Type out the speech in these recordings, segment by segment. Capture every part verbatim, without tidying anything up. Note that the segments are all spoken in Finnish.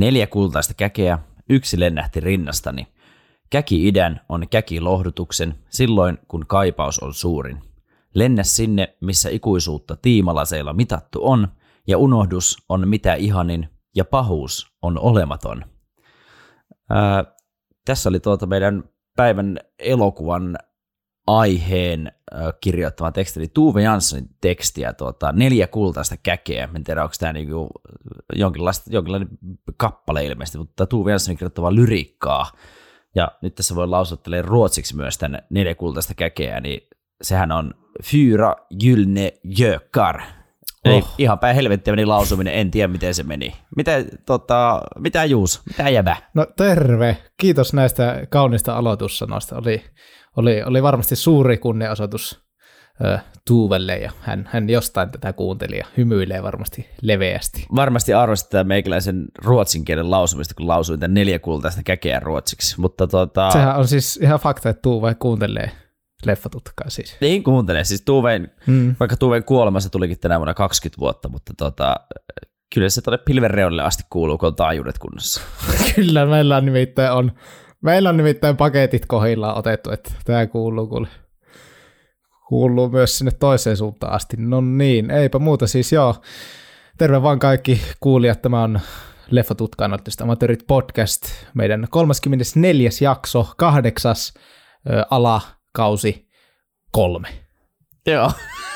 Neljä kultaista käkeä, yksi lennähti rinnastani. Käki idän on käki lohdutuksen, silloin kun kaipaus on suurin. Lennä sinne, missä ikuisuutta tiimalaseilla mitattu on, ja unohdus on mitä ihanin, ja pahuus on olematon. Ää, tässä oli tuota meidän päivän elokuvan aiheen ää, kirjoittama teksti, eli Tove Janssonin tekstiä, tuota, neljä kultaista käkeä. En tiedä, onko tämä niinku jonkinlainen kappale ilmeisesti, mutta Tove Janssonin kirjoittavaa lyriikkaa. Ja nyt tässä voi lausuttelee ruotsiksi myös tämän neljä kultaista käkeä, niin sehän on Fyra gyllene gökar. Eli oh. ihan päin helvettiä meni lausuminen, en tiedä miten se meni. Mitä, tota, mitä Juus, mitä jäbä? No terve, kiitos näistä kaunista aloitussanoista. Oli, oli, oli varmasti suuri kunnianosoitus äh, Tovelle ja hän, hän jostain tätä kuunteli ja hymyilee varmasti leveästi. Varmasti arvostetaan meikäläisen ruotsin kielen lausumista, kun lausuin tämän neljä kultaista käkeä ruotsiksi. Mutta tota... Sehän on siis ihan fakta, että Tove kuuntelee leffatutkaa siis. Niin kuuntelee, siis Toven, mm. vaikka Toven kuolemassa tulikin tänä vuonna kaksikymmentä vuotta, mutta tota, kyllä se tuonne pilven reunille asti kuuluu, kun on taajuudet kunnossa. Kyllä, meillä on nimittäin, on, meillä on nimittäin paketit kohdillaan otettu, että tämä kuuluu, kuule, kuuluu myös sinne toiseen suuntaan asti. No niin, eipä muuta siis joo. Terve vaan kaikki kuulijat, tämä on Leffatutka-analyyttistä amatöörit podcast, meidän kolmaskymmenesneljäs jakso, kahdeksas ö, ala, kausi kolme. Joo.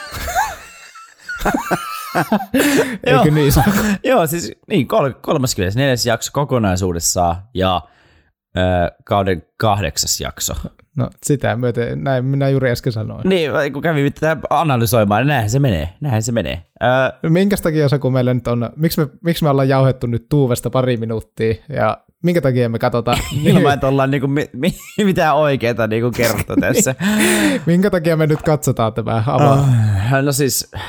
Eikö niin saa? Joo, siis niin, kolmaskymmenesneljäs jakso kokonaisuudessaan ja ö, kauden kahdeksas jakso. No sitä myöten, näin minä juuri äsken sanoin. Niin, kun kävin tätä analysoimaan, niin näinhän se menee, näinhän se menee. Ö, Minkäs takia se, kun meillä nyt on, miksi me, miksi me ollaan jauhettu nyt Tovesta pari minuuttia ja minkä takia me katsotaan? Ilman, että ollaan niinku mi- mi- mitään oikeaa niinku kerrottu tässä. Minkä takia me nyt katsotaan tämä avaa? Uh, no siis äh,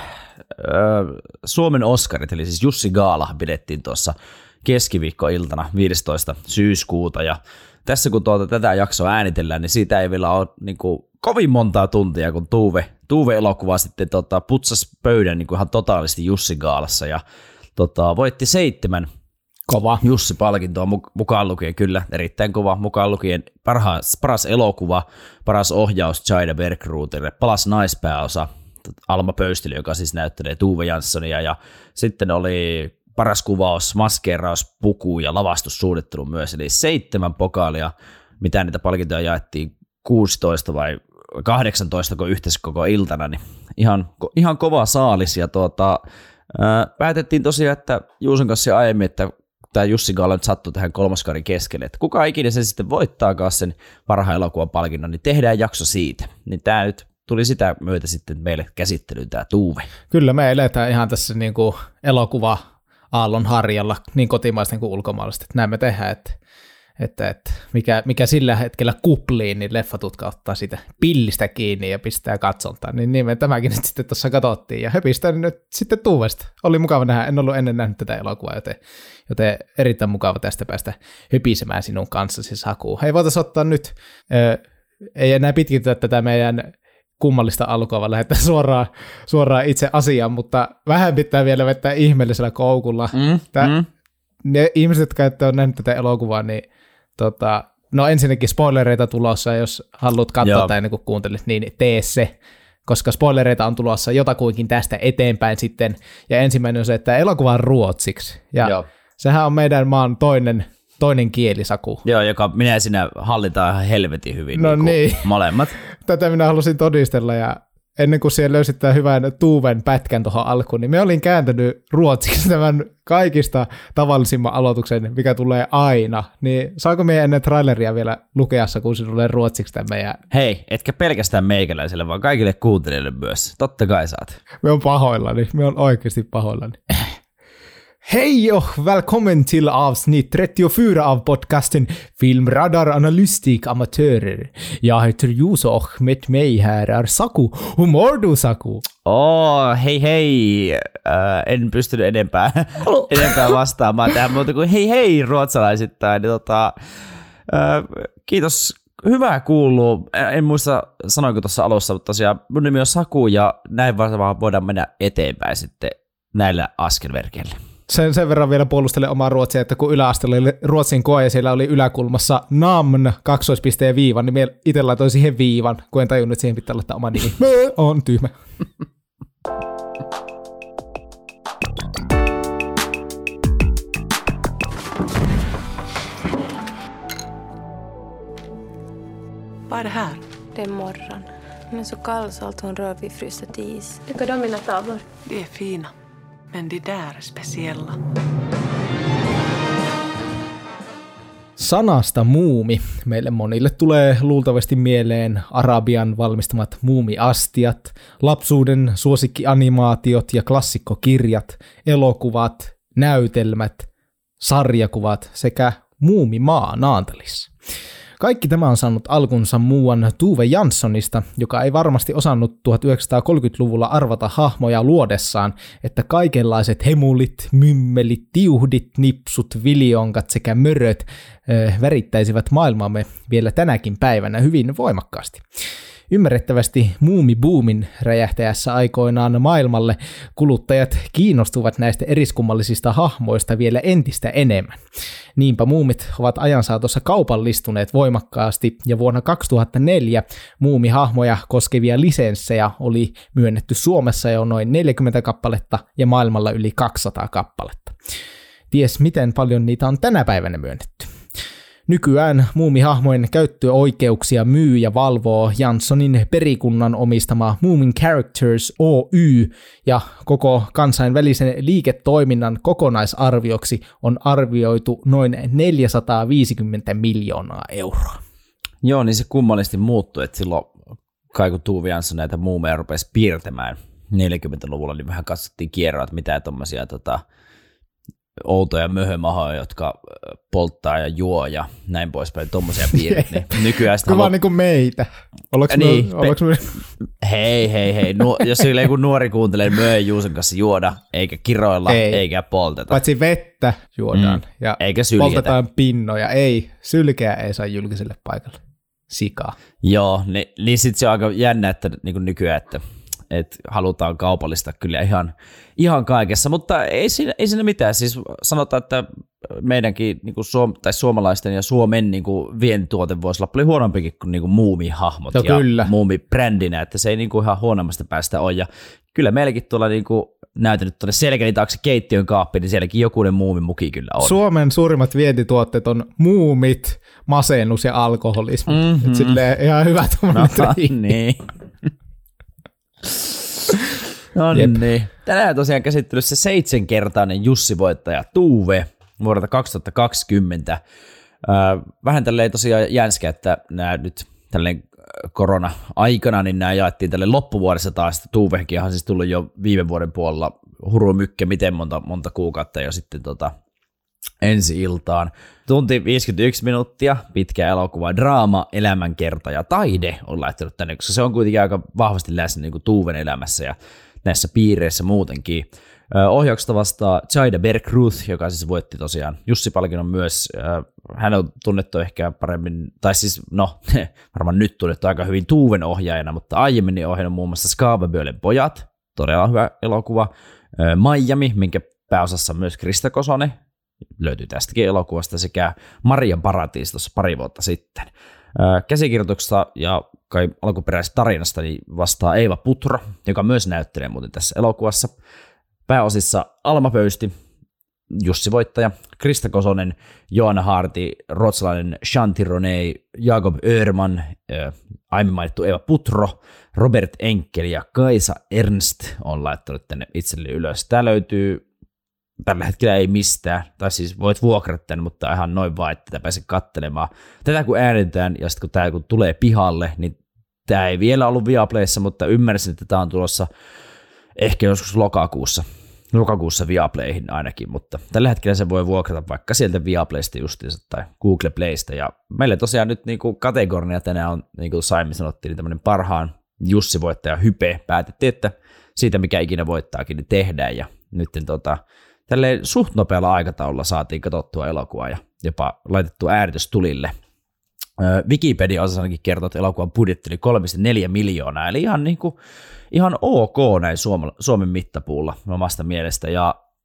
Suomen Oscarit, eli siis Jussi Gaala pidettiin tuossa keskiviikkoiltana viidestoista syyskuuta, ja tässä kun tuota, tätä jaksoa äänitellään, niin siitä ei vielä ole niinku kovin montaa tuntia, kun Tove, Tove-elokuva sitten tota, putsasi pöydän niinku ihan totaalisti Jussi Gaalassa, ja tota, voitti seitsemän Kova. Jussi-palkintoa mukaan lukien, kyllä, erittäin kova mukaan lukien. Parhaas, paras elokuva, paras ohjaus Jada Bergruuterille, paras naispääosa Alma Pöystili, joka siis näyttelee Tove Janssonia, ja sitten oli paras kuvaus, maskeeraus, puku ja lavastussuunnittelu myös, eli seitsemän pokaalia, mitä niitä palkintoja jaettiin, kuusitoista vai kahdeksantoista kun yhteensä koko iltana, niin ihan, ihan kova saalis, ja tuota, ää, päätettiin tosiaan, että Juuson kanssa aiemmin, että tämä Jussi Gaala nyt sattui tähän kolmoskarin keskelle, että kuka ikinä sen sitten voittaakaan sen parhaan elokuvan palkinnon, niin tehdään jakso siitä. Niin tämä nyt tuli sitä myötä sitten meille käsittelyyn tämä Tove. Kyllä me eletään ihan tässä niin kuin elokuva-aallon harjalla, niin kotimaisten kuin ulkomaalaisten, että näin me tehdään, että, että, että mikä, mikä sillä hetkellä kupliin, niin Leffatutka ottaa siitä pillistä kiinni ja pistää katsontaan. Niin, niin me tämäkin nyt sitten tuossa katsottiin ja höpistään nyt sitten Tovesta. Oli mukava nähdä, en ollut ennen nähnyt tätä elokuvaa, joten, joten erittäin mukava tästä päästä höpisemään sinun kanssasi Saku. Hei, voitaisiin ottaa nyt, äh, ei enää pitkitetä tätä meidän kummallista alkua, vaan lähdetään suoraan, suoraan itse asiaan, mutta vähän pitää vielä vetää ihmeellisellä koukulla. Mm, Tää, mm. Ne ihmiset, jotka ette ole nähnyt tätä elokuvaa, niin tota, no ensinnäkin spoilereita tulossa, jos haluat katsoa Joo. tai ennen kuin kuuntelit, niin tee se, koska spoilereita on tulossa jotakuinkin tästä eteenpäin sitten, ja ensimmäinen on se, että elokuva on ruotsiksi, ja Joo. sehän on meidän maan toinen, toinen kieli, Saku. Joo, joka minä ja sinä hallitaan ihan helvetin hyvin, no niin niin. molemmat. Tätä minä halusin todistella, ja ennen kuin siellä löysit tämän hyvän Toven pätkän tuohon alkuun, niin me olin kääntänyt ruotsiksi tämän kaikista tavallisimman aloituksen, mikä tulee aina. Niin saako meidän ennen traileria vielä lukeassa, kun sinulle tulee ruotsiksi tämän meidän... Hei, etkä pelkästään meikäläiselle, vaan kaikille kuuntelijoille myös. Totta kai saat. Me on pahoillani, me on oikeasti pahoillani. Hej och välkommen till avsnitt trettiofyra av podcasten Filmradar Analystik Amatörer. Jag heter Juuso och med mig här är Saku. Hur mår du, Saku? Oh, hei hei. Äh, en pystynyt enempää, enempää vastaamaan tähän muuta kuin hei hei ruotsalaisittain. Tota, äh, kiitos. Hyvää kuuluu. En muista sanoinko tuossa alussa, mutta tosiaan mun nimi on Saku ja näin varmaan voidaan mennä eteenpäin sitten näillä askelverkeillä. Sen, sen verran vielä puolustelen omaa ruotsia, että kun yläasteella oli ruotsin koe ja siellä oli yläkulmassa namn kaksoispisteen viivan, niin itse laitoin siihen viivan, kun en tajunnut, että siihen pitää laittaa oma nimi. On tyhmä. Vad är det här? Det är morgon. Den är så kall så allt hon rör vid fryser till is. Tycker du om mina tavlor? De är fina. Men de där är speciella. Sanasta muumi. Meille monille tulee luultavasti mieleen Arabian valmistamat muumiastiat, lapsuuden suosikkianimaatiot ja klassikkokirjat, elokuvat, näytelmät, sarjakuvat sekä muumimaa Naantalissa. Kaikki tämä on saanut alkunsa muuan Tove Janssonista, joka ei varmasti osannut tuhatyhdeksänsataakolmekymmentäluvulla arvata hahmoja luodessaan, että kaikenlaiset hemulit, mymmelit, tiuhdit, nipsut, viljonkat sekä möröt äh, värittäisivät maailmaamme vielä tänäkin päivänä hyvin voimakkaasti. Ymmärrettävästi muumibuumin räjähtäessä aikoinaan maailmalle kuluttajat kiinnostuvat näistä eriskummallisista hahmoista vielä entistä enemmän. Niinpä muumit ovat ajan saatossa kaupallistuneet voimakkaasti ja vuonna kaksituhattaneljä muumihahmoja koskevia lisenssejä oli myönnetty Suomessa jo noin neljäkymmentä kappaletta ja maailmalla yli kaksisataa kappaletta. Ties miten paljon niitä on tänä päivänä myönnetty. Nykyään muumihahmojen käyttöoikeuksia myy ja valvoo Janssonin perikunnan omistama Moomin Characters Oy, ja koko kansainvälisen liiketoiminnan kokonaisarvioksi on arvioitu noin neljäsataaviisikymmentä miljoonaa euroa. Joo, niin se kummallisesti muuttui, että silloin kai kun Tove Jansson näitä muumeja rupesi piirtämään neljäkymmentäluvulla, niin vähän katsottiin kierroa, että mitä tommosia tota, outoja möhömahoja, jotka polttaa ja juo ja näin poispäin, tommosia piirret. Niin nykyään Kyllä vaan niin kuin meitä. Ollaanko niin, me, ollaanko me... Hei, hei, hei. Nu, jos sillä joku nuori kuuntelee, niin möö Juuson kanssa juoda, eikä kiroilla, ei. eikä polteta. Paitsi vettä juodaan mm. ja eikä syljetä. Poltetaan pinnoja. Ei, sylkeä ei saa julkiselle paikalle. Sikaa. Joo, niin, niin sitten se on aika jännä, että niin nykyään, että että halutaan kaupallista kyllä ihan, ihan kaikessa, mutta ei siinä, ei siinä mitään. Siis sanotaan, että meidänkin niin kuin suom, tai suomalaisten ja Suomen niin kuin vientituote voisi olla paljon huonompikin kuin, niin kuin muumihahmot no, ja kyllä. muumibrändinä, että se ei niin kuin ihan huonommasta päästä ole. Ja kyllä meilläkin tuolla niin kuin näytänyt tuonne selkäni taakse keittiön kaappiin, niin sielläkin jokunen muumimuki kyllä on. Suomen suurimmat vientituotteet on muumit, masennus ja alkoholismi. Mm-hmm. Että silleen ihan hyvä tuommoinen no, niin. No niin. Tänään tosiaan käsittelyssä seitsemänkertainen Jussi-voittaja Tove vuodelta kaksituhattakaksikymmentä. Vähän tälleen tosiaan jänskä, että nämä nyt tälleen korona-aikana, niin nämä jaettiin tälle loppuvuodessa taas. Tovekin on siis tullut jo viime vuoden puolella huru mykkä, miten monta, monta kuukautta jo sitten tota, ensi iltaan. Tunti viisikymmentäyksi minuuttia, pitkä elokuva, draama, elämänkerta ja taide on laittanut tänne, koska se on kuitenkin aika vahvasti läsnä niin kuin Toven elämässä ja näissä piireissä muutenkin. Ohjauksesta vastaa Jada Bergruth, joka siis voitti tosiaan Jussi-palkinnon myös. Hän on tunnettu ehkä paremmin, tai siis no, varmaan nyt tunnettu aika hyvin Toven ohjaajana, mutta aiemmin ohjannut muun muassa Skavabölen pojat, todella hyvä elokuva. Miami, minkä pääosassa myös Krista Kosonen, löytyy tästäkin elokuvasta, sekä Maria Paratiis tuossa pari vuotta sitten. Käsikirjoituksesta ja kai alkuperäisestä tarinasta niin vastaa Eeva Putro, joka myös näyttelee muuten tässä elokuvassa. Pääosissa Alma Pöysti, Jussi-voittaja, Krista Kosonen, Joanna Harti, ruotsalainen Shanti Roney, Jakob Öhrman, aiemmin mainittu Eeva Putro, Robert Enkel ja Kaisa Ernst on laittanut tänne itselle ylös. Tämä löytyy tällä hetkellä ei mistään, tai siis voit vuokrata tämän, mutta ihan noin vaan, että tätä pääse katselemaan. Tätä kun äänitetään, ja sitten kun tämä kun tulee pihalle, niin tämä ei vielä ollut Viaplayssa, mutta ymmärsin, että tämä on tulossa ehkä joskus lokakuussa, lokakuussa Viaplayhin ainakin, mutta tällä hetkellä se voi vuokrata vaikka sieltä Viaplaysta justiinsa tai Google Playsta, ja meille tosiaan nyt niin kuin kategorina tänään on, niin kuin Saimi sanottiin, niin tämmöinen parhaan Jussi-voittaja hype. Päätettiin, että siitä mikä ikinä voittaakin, niin tehdään, ja nyt tota, tälleen suht nopealla aikataululla saatiin katsottua elokuvaa ja jopa laitettua ääritys tulille. Wikipedia osasi ainakin kertoa, että elokuvan budjetti oli kolme pilkku neljä miljoonaa, eli ihan, niin kuin, ihan ok näin Suomen, Suomen mittapuulla omasta mielestä. Ja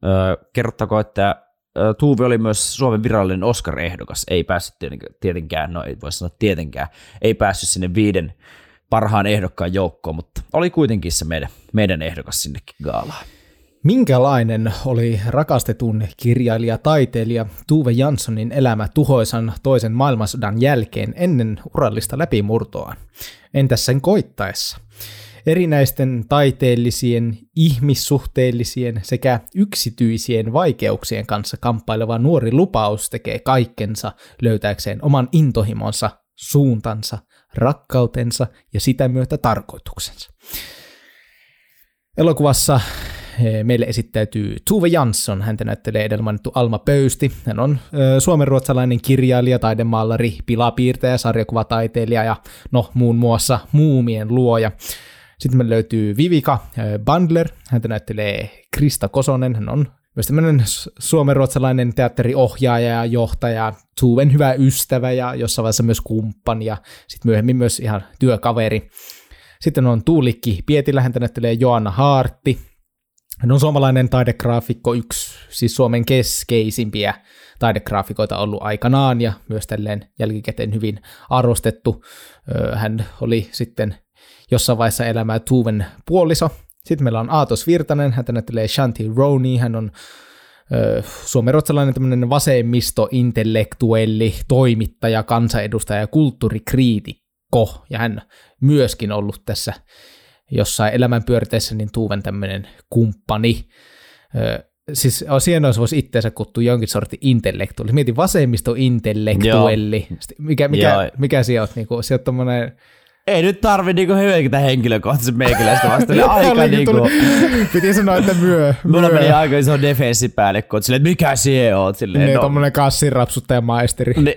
Öö, kerrottako, että ö, Tuve oli myös Suomen virallinen Oscar-ehdokas. Ei päässyt tietenkään, no ei voi sanoa tietenkään, ei päässyt sinne viiden parhaan ehdokkaan joukkoon, mutta oli kuitenkin se meidän, meidän ehdokas sinnekin gaalaan. Minkälainen oli rakastetun kirjailija taiteilija Tove Janssonin elämä tuhoisan toisen maailmansodan jälkeen ennen urallista läpimurtoaan? Entäs sen koittaessa? Erinäisten taiteellisien, ihmissuhteellisien sekä yksityisien vaikeuksien kanssa kamppaileva nuori lupaus tekee kaikkensa löytääkseen oman intohimonsa, suuntansa, rakkautensa ja sitä myötä tarkoituksensa. Elokuvassa meille esittäytyy Tove Jansson, häntä näyttelee edellä mainittu Alma Pöysti. Hän on suomenruotsalainen kirjailija, taidemaalari, pilapiirtäjä, sarjakuvataiteilija ja no muun muassa muumien luoja. Sitten me löytyy Vivica Bandler, häntä näyttelee Krista Kosonen, hän on myös tämmöinen suomenruotsalainen teatteriohjaaja ja johtaja, Tuven hyvä ystävä ja jossain vaiheessa myös kumppani ja sitten myöhemmin myös ihan työkaveri. Sitten on Tuulikki Pietilä, häntä näyttelee Joanna Haartti. Hän on suomalainen taidegraafikko, yksi siis Suomen keskeisimpiä taidegraafikoita ollut aikanaan ja myös tälleen jälkikäteen hyvin arvostettu. Hän oli sitten jossain vaiheessa elämää Tuven puoliso. Sitten meillä on Aatos Virtanen, hän näyttelee Shanti Rooney, hän on ö, suomenruotsalainen tämmöinen vasemmisto-intellektuelli, toimittaja, kansanedustaja ja kulttuurikriitikko, ja hän myöskin ollut tässä jossain elämänpyörteessä niin Tuven tämmöinen kumppani. Ö, siis siihen olisi voisi itseänsä kuttua jonkin sortin intellektuelli. Mietin vasemmisto-intellektuelli. Mikä, mikä, mikä siellä on? Niinku, se on tommoinen... Ei nyt tarvi niinku hyökätä henkilökohtaisen meikäläistä vastaan. Aika niinku... Piti sanoa, että myö. Mulla myö. Meni aika iso defenssi päälle, kun oot silleen, että mikä sie oot? Silleen, niin, no. tommonen kassinrapsuttaja maisteri. Ne.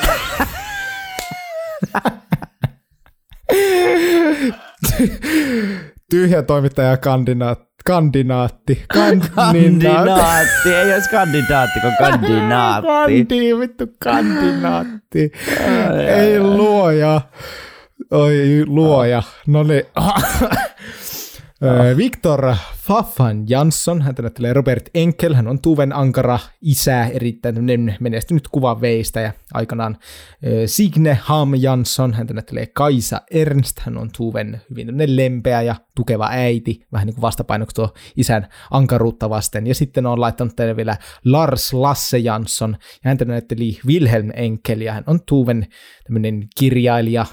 Tyhjä toimittaja kandinaatti. Kandinaatti. Kandinaatti. Ei olisi kandidaatti, kun kandinaatti. Kandi, vittu kandinaatti. Ei luoja. Oi luoja. No niin. Viktor Faffan Jansson, hän näyttelee Robert Enkel, hän on Tuven ankara isä, erittäin menestynyt kuvanveistäjä aikanaan. Signe Ham Jansson, hän näyttelee Kaisa Ernst, hän on Tuven hyvin lempeä ja tukeva äiti, vähän niin kuin vastapainoksi tuo isän ankaruutta vasten. Ja sitten on laittanut tänne vielä Lars Lasse Jansson, ja hän näytteli Wilhelm Enkel, ja hän on Tuven tämmöinen kirjailija,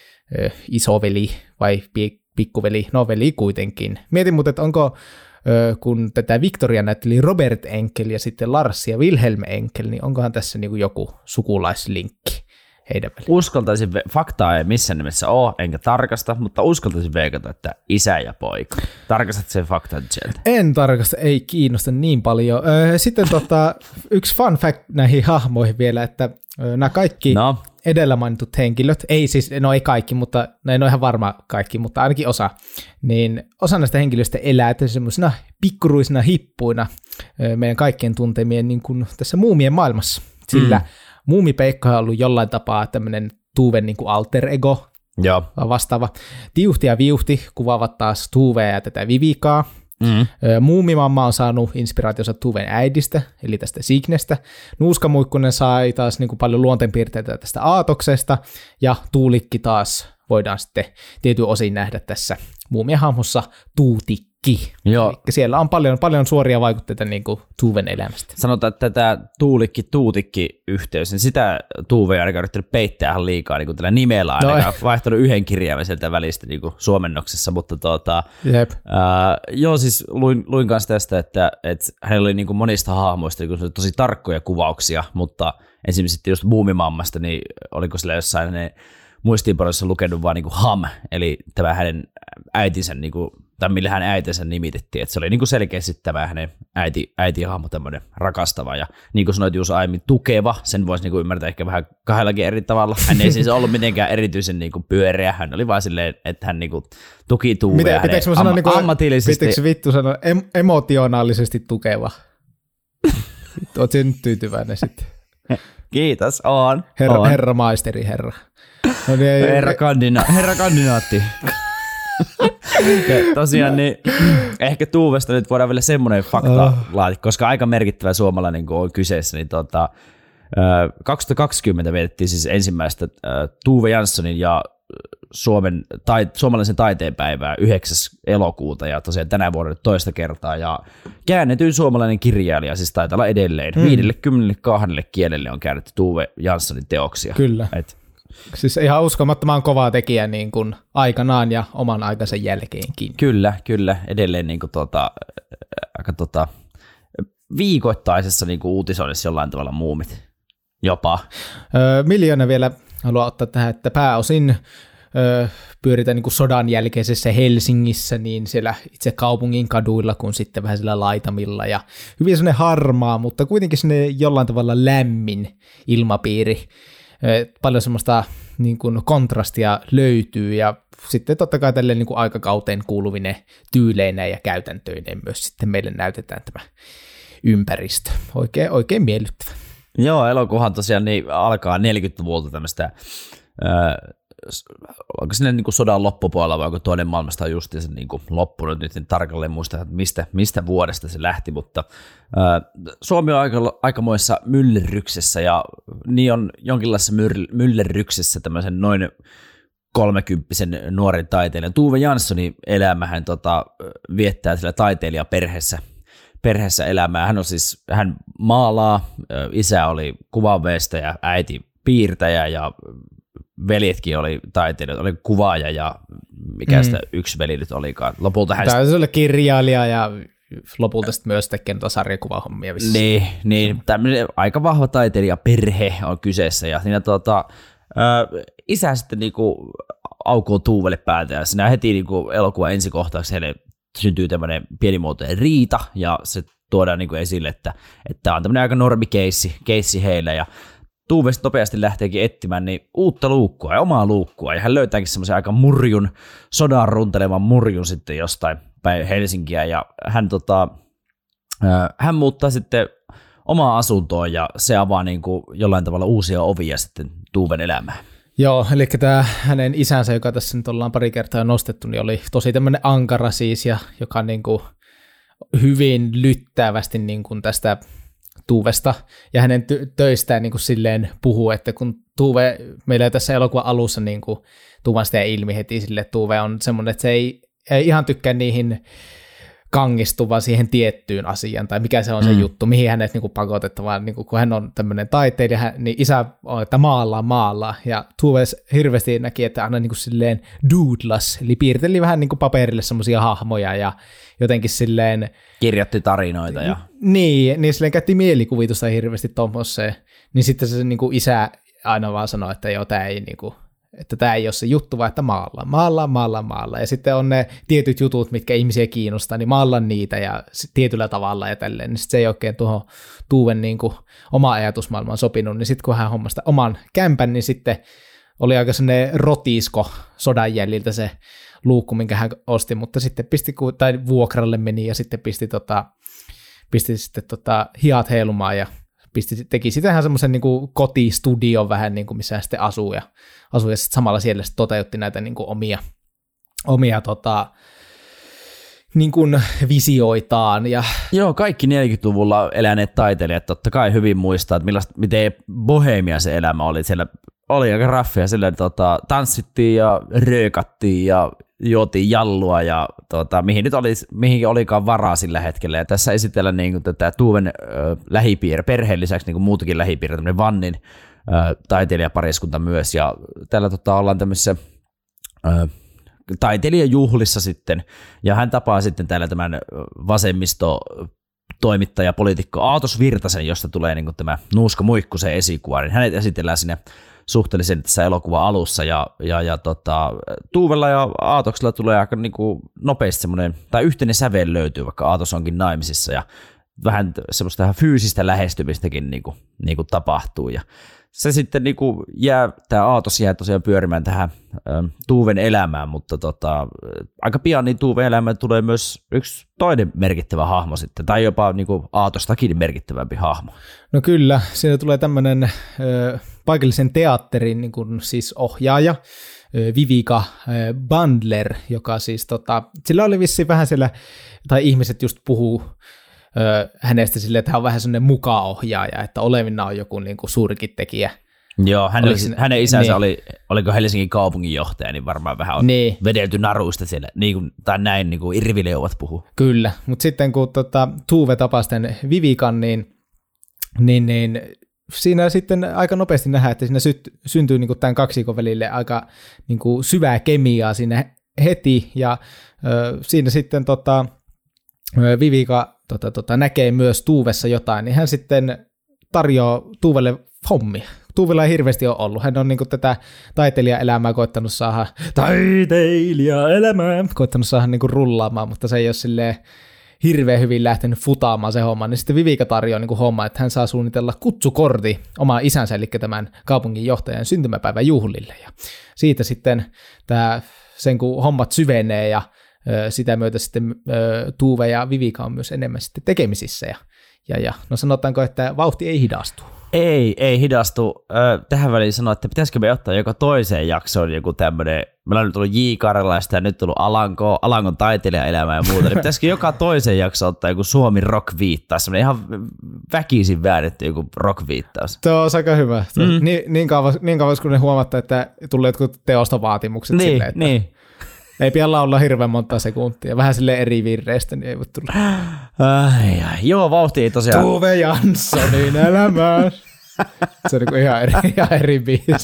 isoveli vai pikkuveli, no veli kuitenkin. Mietin mutta, että onko, kun tätä Victoria näytteli Robert Enkel ja sitten Lars ja Wilhelm Enkel, niin onkohan tässä niin kuin joku sukulaislinkki heidän väliin? Uskaltaisin, faktaa ei missään nimessä ole, enkä tarkasta, mutta uskaltaisin veikata, että isä ja poika. Tarkastat sen faktan sieltä? En tarkasta, ei kiinnosta niin paljon. Sitten tota, yksi fun fact näihin hahmoihin vielä, että nämä kaikki... No. Edellä mainitut henkilöt, ei siis, no ei kaikki, mutta no en ole ihan varma kaikki, mutta ainakin osa, niin osa näistä henkilöistä elää semmoisina pikkuruisina hippuina meidän kaikkien tuntemien niin kuin tässä muumien maailmassa, sillä mm. Muumipeikka on ollut jollain tapaa tämmöinen Tuven niin kuin alter ego, Joo. vastaava. Tiuhti ja Viuhti kuvaavat taas Tuvea ja tätä Vivikaa. Mm. Muumimamma on saanut inspiraationsa Tuven äidistä, eli tästä Signestä. Nuuskamuikkunen sai taas niin kuin paljon luonteenpiirteitä tästä Aatoksesta, ja Tuulikki taas voidaan sitten tietyin osin nähdä tässä muumihahmossa Tuutikki. Joo. Eli siellä on paljon, paljon suoria vaikutteita niin kuin Tuven elämästä. Sanotaan, että tämä Tuulikki-Tuutikki-yhteys, niin sitä Tuve ei ainakaan yrittänyt peittää ihan liikaa niin kuin tällä nimellä ainakaan. No, vaihtanut yhden kirjaimen sieltä välistä niin kuin suomennoksessa, mutta tuota, Jep. Ää, joo, siis luin, luin kanssa tästä, että, että hänellä oli niin kuin monista hahmoista niin kuin tosi tarkkoja kuvauksia, mutta esimerkiksi just Muumimammasta, niin oliko sillä jossain ne muistiinpanoissa lukenut vaan niin kuin Ham, eli tämä hänen äitinsä, niin kuin, tai millä hän äitinsä nimitettiin, että se oli niin kuin selkeästi tämä hänen äiti, äitihahmo, tämmöinen rakastava, ja niin kuin sanoit Juuso aiemmin, tukeva, sen voisi niin kuin ymmärtää ehkä vähän kahdellakin eri tavalla. Hän ei siis ollut mitenkään erityisen niin kuin pyöreä, hän oli vaan silleen, että hän niin kuin tuki Tuvea hänen am- niin kuin, ammatillisesti. Pitäisikö vittu sanoa em- emotionaalisesti tukeva? Oletko nyt tyytyväinen sitten? Kiitos, on. Herra, on. herra maisteri, herra. No niin, ei, herra, kandina- herra kandinaatti. Ja tosiaan niin, ehkä Tuuvesta nyt voidaan vielä semmoinen fakta oh. laittaa, koska aika merkittävä suomalainen kun on kyseessä, niin tota, kaksituhattakaksikymmentä vietettiin siis ensimmäistä Tuve Janssonin ja Suomen, tai, suomalaisen taiteenpäivää yhdeksäs elokuuta ja tosiaan tänä vuonna toista kertaa ja käännetyin suomalainen kirjailija, siis taitaa olla edelleen. Hmm. viisikymmentäkaksi kielelle on käännetty Tuve Janssonin teoksia. Kyllä. Et. Siis ihan uskomattoman kovaa tekijä niin kuin aikanaan ja oman aikansa jälkeenkin. Kyllä, kyllä. Edelleen niin kuin tuota, aika tuota, viikoittaisessa niin kuin uutisoinnissa jollain tavalla muumit. Jopa. Öö, miljoona vielä haluan ottaa tähän, että pääosin öö, pyöritään niin kuin sodan jälkeisessä Helsingissä, niin siellä itse kaupungin kaduilla kuin sitten vähän sillä laitamilla ja hyvin sellainen harmaa, mutta kuitenkin sellainen jollain tavalla lämmin ilmapiiri. Öö, paljon semmoista niin kuin kontrastia löytyy ja sitten totta kai tälleen niin kuin aikakauteen kuuluvine tyyleineen ja käytäntöineen myös sitten meille näytetään tämä ympäristö. Oikein, oikein miellyttävä. Joo, elokuvahan tosiaan niin alkaa neljäkymmentäluvulta tämmöistä, äh, onko sinne niin kuin sodan loppupuolella vai onko toinen maailmasta on just niin kuin loppunut, nyt en tarkalleen muista, että mistä, mistä vuodesta se lähti, mutta äh, Suomi on aika, aikamoissa myllerryksessä ja niin on jonkinlaisessa myllerryksessä tämmöisen noin kolmekymppisen nuoren taiteilijan. Tuve Janssonin elämähän tota, viettää sillä taiteilijaperheessä, perheessä elämää. Hän on siis, hän maalaa, isä oli kuvanveistäjä, äiti piirtäjä ja veljetkin oli taiteilijoita, oli kuvaaja ja mikä mm. sitä yksi veli nyt olikaan. Lopulta hän... Tämä oli kirjailija ja lopulta sitten myös tekee noita sarjakuvahommia. Niin, niin tämmöinen aika vahva taiteilijaperhe on kyseessä ja siinä tuota, äh, isä sitten niinku aukoo Tuvelle päätä ja siinä heti niinku elokuvan ensikohtauksessa heille syntyy tämmöinen pienimuotoinen riita, ja se tuodaan niin kuin esille, että tämä on tämmöinen aika normi keissi, keissi heillä, ja Tuve nopeasti lähteekin etsimään niin uutta luukkua ja omaa luukkua, ja hän löytääkin semmoisen aika murjun, sodan runtelevan murjun sitten jostain päin Helsinkiä, ja hän, tota, hän muuttaa sitten omaa asuntoon, ja se avaa niin kuin jollain tavalla uusia ovia sitten Tuven elämään. Joo, eli tämä hänen isänsä, joka tässä nyt ollaan pari kertaa nostettu, niin oli tosi tämmöinen ankara siis, ja joka niin kuin hyvin lyttäävästi niin kuin tästä Tuvesta ja hänen ty- töistään niin kuin silleen puhuu, että kun Tuve, meillä tässä elokuvan alussa niin kuin Tuvan sitä ilmi heti sille, että Tuve on semmoinen, että se ei, ei ihan tykkää niihin kangistuva siihen tiettyyn asiaan, tai mikä se on se mm. juttu, mihin hänet niin kuin pakotetaan, vaan niin kuin, kun hän on tämmöinen taiteilija, hän, niin isä on, että maalaa, maalaa, ja Tuve hirveästi näki, että aina niin kuin silleen doodlas, eli piirteli vähän niin kuin paperille semmoisia hahmoja, ja jotenkin silleen... Kirjoitti tarinoita, ja... Niin, niin silleen käytti mielikuvitusta hirveästi tommoseen, niin sitten se niin kuin isä aina vaan sanoi, että joo, tämä ei niin kuin... että tämä ei ole se juttu, vaan että maalla, maalla, maalla, maalla. Ja sitten on ne tietyt jutut, mitkä ihmisiä kiinnostaa, niin maalla niitä ja tietyllä tavalla ja tälleen. Niin sitten se ei oikein tuohon Tuven niin kuin oma ajatusmaailmaan sopinut. Niin sitten kun hän hommasta oman kämpän, niin sitten oli aika sellainen rotisko sodan jäljiltä se luukku, minkä hän osti, mutta sitten pisti, tai vuokralle meni ja sitten pisti, tota, pisti sitten tota, hihat heilumaan ja pisti, teki sitähän semmoisen niin kuin kotistudion vähän, niin kuin missä hän sitten asuu ja, asuu ja sitten samalla siellä sitten toteutti näitä niin kuin omia, omia tota, niin kuin visioitaan. Ja... Joo, kaikki neljäkymmentäluvulla eläneet taiteilijat totta kai hyvin muistaa, että millaista, miten bohemia se elämä oli. Siellä oli aika raffia, siellä tota, tanssittiin ja röökattiin ja juotiin jallua ja tota, mihin nyt oli, mihin olikaan varaa sillä hetkellä. Ja tässä esitellään niin kuin, tätä Tuven äh, lähipiiri, perheen lisäksi niin kuin muutakin lähipiiri, tämmöinen Vannin äh, taiteilijapariskunta myös. Ja täällä tota, ollaan tämmöisessä äh, taiteilijajuhlissa sitten. Ja hän tapaa sitten täällä tämän vasemmisto toimittaja, poliitikko Aatos Virtasen, josta tulee niin kuin tämä Nuuska Muikkusen esikuva. Niin hänet esitellään sinne suhteellisen tässä elokuvan alussa, ja, ja, ja tota, Tuvella ja Aatoksella tulee aika niin kuin nopeasti semmoinen, tai yhteinen sävel löytyy, vaikka Aatos onkin naimisissa, ja vähän semmoista fyysistä lähestymistäkin niin kuin, niin kuin tapahtuu, ja se sitten niin kuin jää, tämä Aatos jää tosiaan pyörimään tähän ä, Tuven elämään, mutta tota, aika pian niin Tuven elämään tulee myös yksi toinen merkittävä hahmo sitten, tai jopa niin kuin Aatostakin merkittävämpi hahmo. No kyllä, siinä tulee tämmöinen ö, paikallisen teatterin niin kuin siis ohjaaja, Vivica Bandler, joka siis, tota, sillä oli vissiin vähän siellä, tai ihmiset just puhuu hänestä silleen, että hän on vähän sellainen mukaohjaaja, että Olevina on joku niin kuin suurikin tekijä. Joo, hän oli, sinne, hänen isänsä niin. oli, oliko Helsingin kaupunginjohtaja, niin varmaan vähän on niin. vedelty naruista siellä, niin kuin, tai näin niin kuin irvileuvat puhuu. Kyllä, mutta sitten kun tota, Tuve tapasi tämän Vivican, niin, niin, niin siinä sitten aika nopeasti nähdään, että siinä sy- syntyy niin kuin tämän kaksikon välille aika niin kuin syvää kemiaa siinä heti, ja ö, siinä sitten tota, Vivica tota, tota, näkee myös Tuvessa jotain, niin hän sitten tarjoaa Tuvelle hommia. Tuuvilla ei hirveästi ole ollut. Hän on niin kuin tätä taiteilijaelämää koittanut saada, taiteilijaelämää, koittanut saada niin kuin rullaamaan, mutta se ei ole silleen hirveän hyvin lähtenyt futaamaan se homma. Niin sitten Vivica tarjoaa niin kuin homma, että hän saa suunnitella kutsukorti omaa isänsä, eli tämän kaupunginjohtajan syntymäpäivän juhlille. Ja siitä sitten tämä, sen kun hommat syvenee ja ö, sitä myötä sitten ö, Tuve ja Vivica on myös enemmän sitten tekemisissä. Ja, ja, ja no sanotaanko, että vauhti ei hidastu. Ei, ei hidastu. Tähän väliin sanoa, että pitäisikö me ottaa joko toiseen jaksoon joku tämmöinen, meillä on nyt tullut J. Karjalaista ja nyt tullut Alanko, Alankon taiteilijaelämää ja muuta, niin pitäisikö joka toiseen jaksoon ottaa joku Suomi rock-viittaus, semmoinen ihan väkisin väännetty joku rock-viittaus. Tuo on aika hyvä. Mm. Niin, niin, kauan, niin kauan, kun ne huomattaa, että tulee jotkut teostovaatimukset niin, silleen, että niin. ei pian laulaa hirveän monta sekuntia, vähän silleen eri virreistä, niin ei voi tulla. Ai, ai. Joo, vauhti ei tosiaan. Tuve Janssonin elämää. Se on niin ihan eri, ihan eri biisi.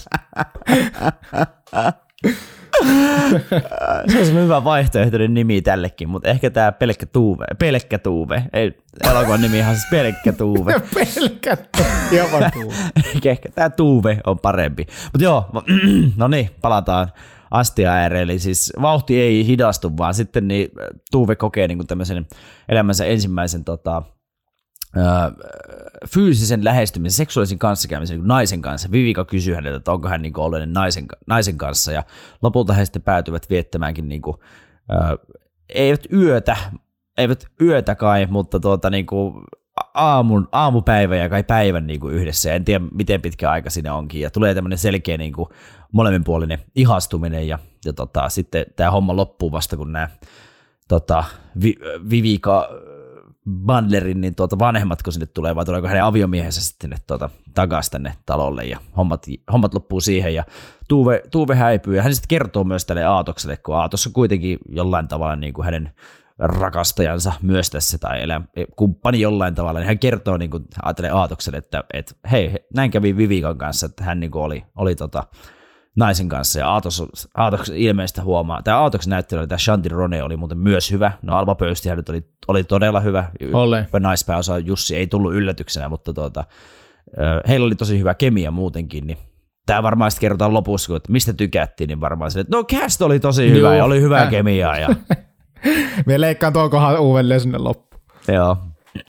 Se on hyvä vaihtoehtoinen nimi tällekin, mutta ehkä tämä Pelkkä Tuve, Pelkkä Tuve, ei elokuvan nimi ihan siis Pelkkä Tuve. Pelkkä Tuve, ihan Tuve. Ehkä tämä Tuve on parempi. Mutta joo, no niin, palataan astia ääreen, eli siis vauhti ei hidastu, vaan sitten niin Tuve kokee niin kuin tämmöisen elämänsä ensimmäisen tota, öö, fyysisen lähestymisen, seksuaalisen kanssakäymisen niin naisen kanssa. Vivica kysyy häneltä, että onko hän niin kuin ollut naisen, naisen kanssa, ja lopulta he sitten päätyvät viettämäänkin niin kuin, öö, eivät yötä, eivät yötä kai, mutta tuota, niin kuin aamun, aamupäivä ja kai päivän niin kuin yhdessä, en tiedä miten pitkä aika siinä onkin, ja tulee tämmöinen selkeä niin kuin molemminpuolinen ihastuminen, ja, ja tota, sitten tämä homma loppuu vasta, kun nämä tota, Vi, Vivica Bandlerin niin tuota, vanhemmatko sinne tulee, vai tuleeko hänen aviomiehensä sitten tuota, takaisin tänne talolle, ja hommat, hommat loppuu siihen, ja Tuve, Tuve häipyy, ja hän sitten kertoo myös tälle Aatokselle, kun Aatos on kuitenkin jollain tavalla niin kuin hänen rakastajansa myös tässä, tai elä, kumppani jollain tavalla, niin hän kertoo niin kuin, ajattelee Aatokselle, että, että hei, näin kävi Vivican kanssa, että hän niin kuin oli, oli tota, naisen kanssa, ja Aatos, Aatos ilmeisesti huomaa, tämä Aatoksen näyttely, tämä Shanti Rone oli muuten myös hyvä, no Alva Pöystihän nyt oli, oli todella hyvä, Olle. naispääosa Jussi ei tullut yllätyksenä, mutta tuota, heillä oli tosi hyvä kemia muutenkin, niin tämä varmaan sitten kerrotaan lopussa, kun, että mistä tykättiin, niin varmaan se, että no cast oli tosi hyvä, Joo. ja oli hyvää äh. kemiaa, ja me leikkaan tuon kohan uudelleen sinne loppuun. Joo.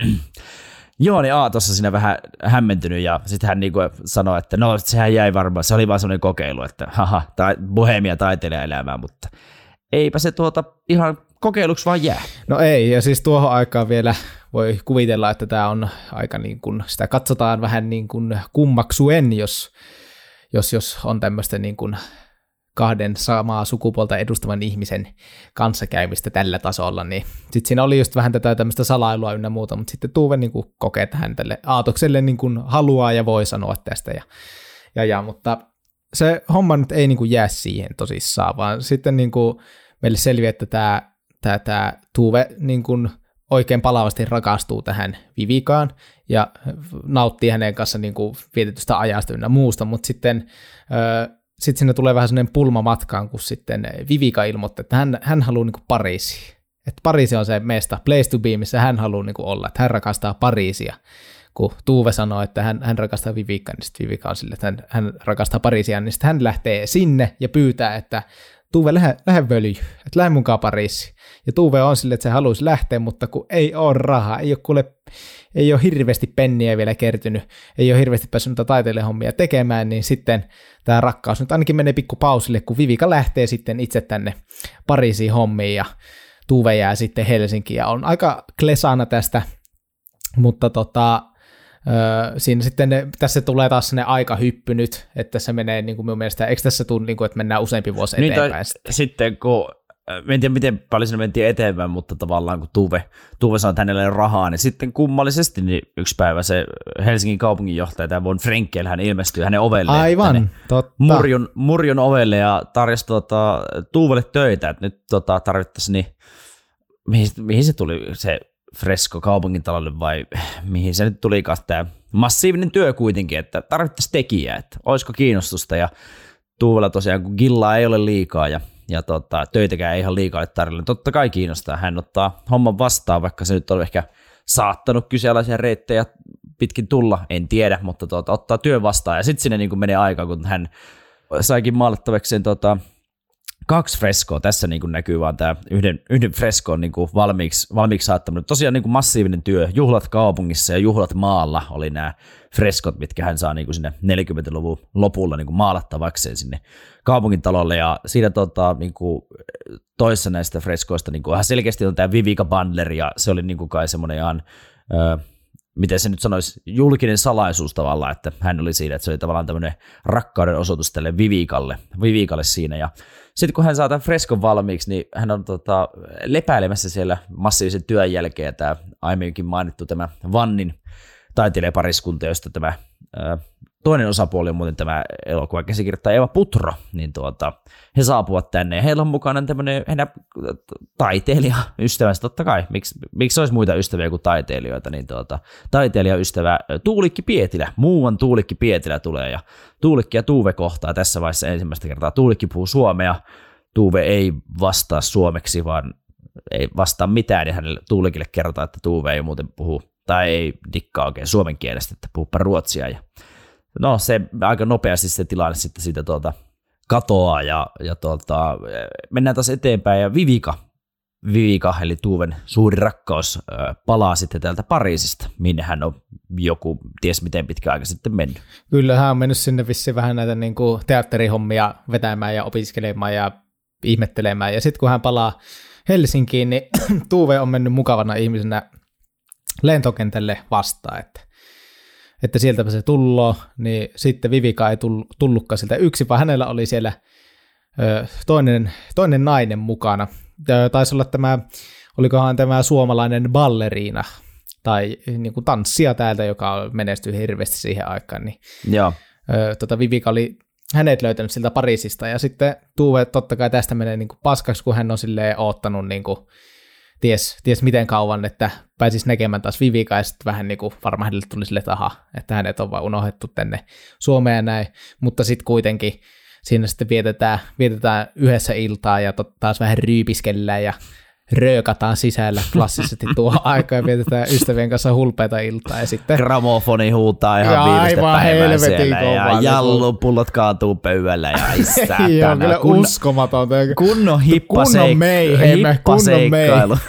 Joo, niin Aatossa siinä vähän hämmentynyt, ja sitten hän niinku sanoi, että no sehän jäi varmaan, se oli vaan semmoinen kokeilu, että haha, ta- bohemia taiteilijaelämää, mutta eipä se tuota ihan kokeiluksi vaan jää. No ei, ja siis tuohon aikaan vielä voi kuvitella, että tämä on aika niin kuin, sitä katsotaan vähän niin kuin kummaksuen, jos, jos, jos on tämmöistä niin kuin kahden samaa sukupuolta edustavan ihmisen kanssakäymistä tällä tasolla, niin sitten siinä oli just vähän tätä tämmöistä salailua ynnä muuta, mutta sitten Tuve niin kuin kokee tähän tälle Aatokselle niin kuin haluaa ja voi sanoa tästä, ja, ja, ja, mutta se homma nyt ei niin kuin jää siihen tosissaan, vaan sitten niin kuin meille selviää, että tämä, tämä, tämä Tuve niin kuin oikein palavasti rakastuu tähän Vivicaan ja nauttii hänen kanssa niin kuin vietetystä ajasta ynnä muusta, mutta sitten öö, sitten sinne tulee vähän sellainen pulma matkaan, kun sitten Vivica ilmoittaa, että hän, hän haluaa niin kuin Pariisiin. Että Pariisi on se mesta, place to be, missä hän haluaa niin kuin olla, että hän rakastaa Pariisia. Kun Tuve sanoo, että hän, hän rakastaa Vivicaa, niin sitten Vivica on sille, että hän, hän rakastaa Pariisia, niin sitten hän lähtee sinne ja pyytää, että Tuve, lähde, lähde völjy, että lähde mukaan Pariisiin. Ja Tuve on sille, että se haluaisi lähteä, mutta kun ei ole rahaa, ei ole, kuule, ei ole hirveästi penniä vielä kertynyt, ei ole hirveästi päässyt noita taiteilijahommia tekemään, niin sitten tämä rakkaus nyt ainakin menee pikku pausille, kun Vivica lähtee sitten itse tänne Pariisiin hommiin, ja Tuve jää sitten Helsinkiin, ja on aika klesana tästä, mutta tota, Öö, siinä sitten ne, tässä tulee taas ne aikahyppy nyt, että se menee niin kuin minun mielestä, eikö tässä tule, niin kuin, että mennään useampi vuosi niin eteenpäin? Sitten. sitten kun, en tiedä miten paljon siinä mentiin eteenpäin, mutta tavallaan kun Tuve, Tuve sanoi hänelle rahaa, niin sitten kummallisesti niin yksi päivä se Helsingin kaupunginjohtaja, tämä von Frenkel, hän ilmestyi hänen ovelleen. Aivan, totta. Murjon, murjon ovelle ja tarjosi tuota, Tuuvelle töitä, että nyt tota, tarvittaisiin, niin mihin, mihin se tuli se fresko kaupungintalolle vai mihin se nyt tulikaan tämä massiivinen työ kuitenkin, että tarvittaisiin tekijää, että olisiko kiinnostusta ja Tuuvella tosiaan kun gillaa ei ole liikaa ja, ja tota, töitäkään ei ihan liikaa ole tarjolla, niin totta kai kiinnostaa, hän ottaa homman vastaan, vaikka se nyt on ehkä saattanut kyseenalaisia reittejä pitkin tulla, en tiedä, mutta tota, ottaa työn vastaan ja sitten sinne niin kuin menee aikaa, kun hän saikin maalattavakseen tota, kaksi freskoa, tässä niin kuin näkyy vaan tämä yhden, yhden freskoon niin kuin valmiiksi, valmiiksi saattaminen. Tosiaan niin kuin massiivinen työ, juhlat kaupungissa ja juhlat maalla oli nämä freskot, mitkä hän saa niin kuin sinne neljäkymmentäluvun lopulla niin kuin maalattavakseen sinne kaupungintalolle. Ja siinä tota, niin kuin toissa näistä freskoista niin kuin ihan selkeästi on tämä Vivica Bandler ja se oli niin kuin kai semmoinen ihan, ö, miten se nyt sanoisi, julkinen salaisuus tavallaan, että hän oli siinä, että se oli tavallaan tämmöinen rakkauden osoitus tälle Vivicalle, Vivicalle siinä ja sitten kun hän saa tämän freskon valmiiksi, niin hän on tota, lepäilemässä siellä massiivisen työn jälkeen, ja tämä aiemminkin mainittu tämä Vannin taiteilijapariskunta, josta tämä ää, toinen osapuoli on muuten tämä elokuvan käsikirjoittaja Eva Putro, niin tuota, he saapuvat tänne, ja heillä on mukana tämmöinen heidän taiteilijaystävänsä, totta kai, miksi, miksi olisi muita ystäviä kuin taiteilijoita, niin tuota, taiteilijaystävä Tuulikki Pietilä, muuan Tuulikki Pietilä tulee, ja Tuulikki ja Tuuve kohtaa tässä vaiheessa ensimmäistä kertaa. Tuulikki puhuu suomea, Tuuve ei vastaa suomeksi, vaan ei vastaa mitään, ja hänelle Tuulikille kerrotaan, että Tuuve ei muuten puhu, tai ei dikkaa oikein suomen kielestä, että puhupa ruotsia, ja no se aika nopeasti se tilanne sitten siitä tuota katoaa, ja, ja tuota, mennään taas eteenpäin, ja Vivica, Vivica, eli Tuuven suuri rakkaus, palaa sitten täältä Pariisista, minne hän on joku, ties miten pitkä aika sitten mennyt. Kyllä, hän on mennyt sinne vissiin vähän näitä niin kuin teatterihommia vetämään ja opiskelemaan ja ihmettelemään, ja sitten kun hän palaa Helsinkiin, niin Tuve on mennyt mukavana ihmisenä lentokentälle vastaan, että, että sieltäpä se tulloo, niin sitten Vivica ei tullutkaan sieltä yksi, vaan hänellä oli siellä ö, toinen, toinen nainen mukana. Taisi olla tämä, olikohan tämä suomalainen balleriina tai niin kuin tanssija täältä, joka menestyi hirveästi siihen aikaan, niin Joo. Ö, tota Vivica oli hänet löytänyt siltä Pariisista, ja sitten Tuve totta kai tästä menee niin kuin paskaksi, kun hän on silleen oottanut niin kuin ties, ties miten kauan, että pääsisi näkemään taas Vivica, ja sitten vähän niin kuin varmaan hänelle tuli sille taha, että hänet on vaan unohdettu tänne Suomeen ja näin, mutta sitten kuitenkin siinä sitten vietetään, vietetään yhdessä iltaa ja taas vähän ryypiskellään ja röökataan sisällä klassisesti tuohon aikaan ja vietetään ystävien kanssa hulpeita iltaa. Ja sitten gramofoni huutaa ihan viimeistä päivää siellä ja jallupullot kaatuu pöydällä ja isää. Joo, kyllä kunno, uskomatonta. Kunnon hippaseik- kunnon meiheimä, hippaseikkailu.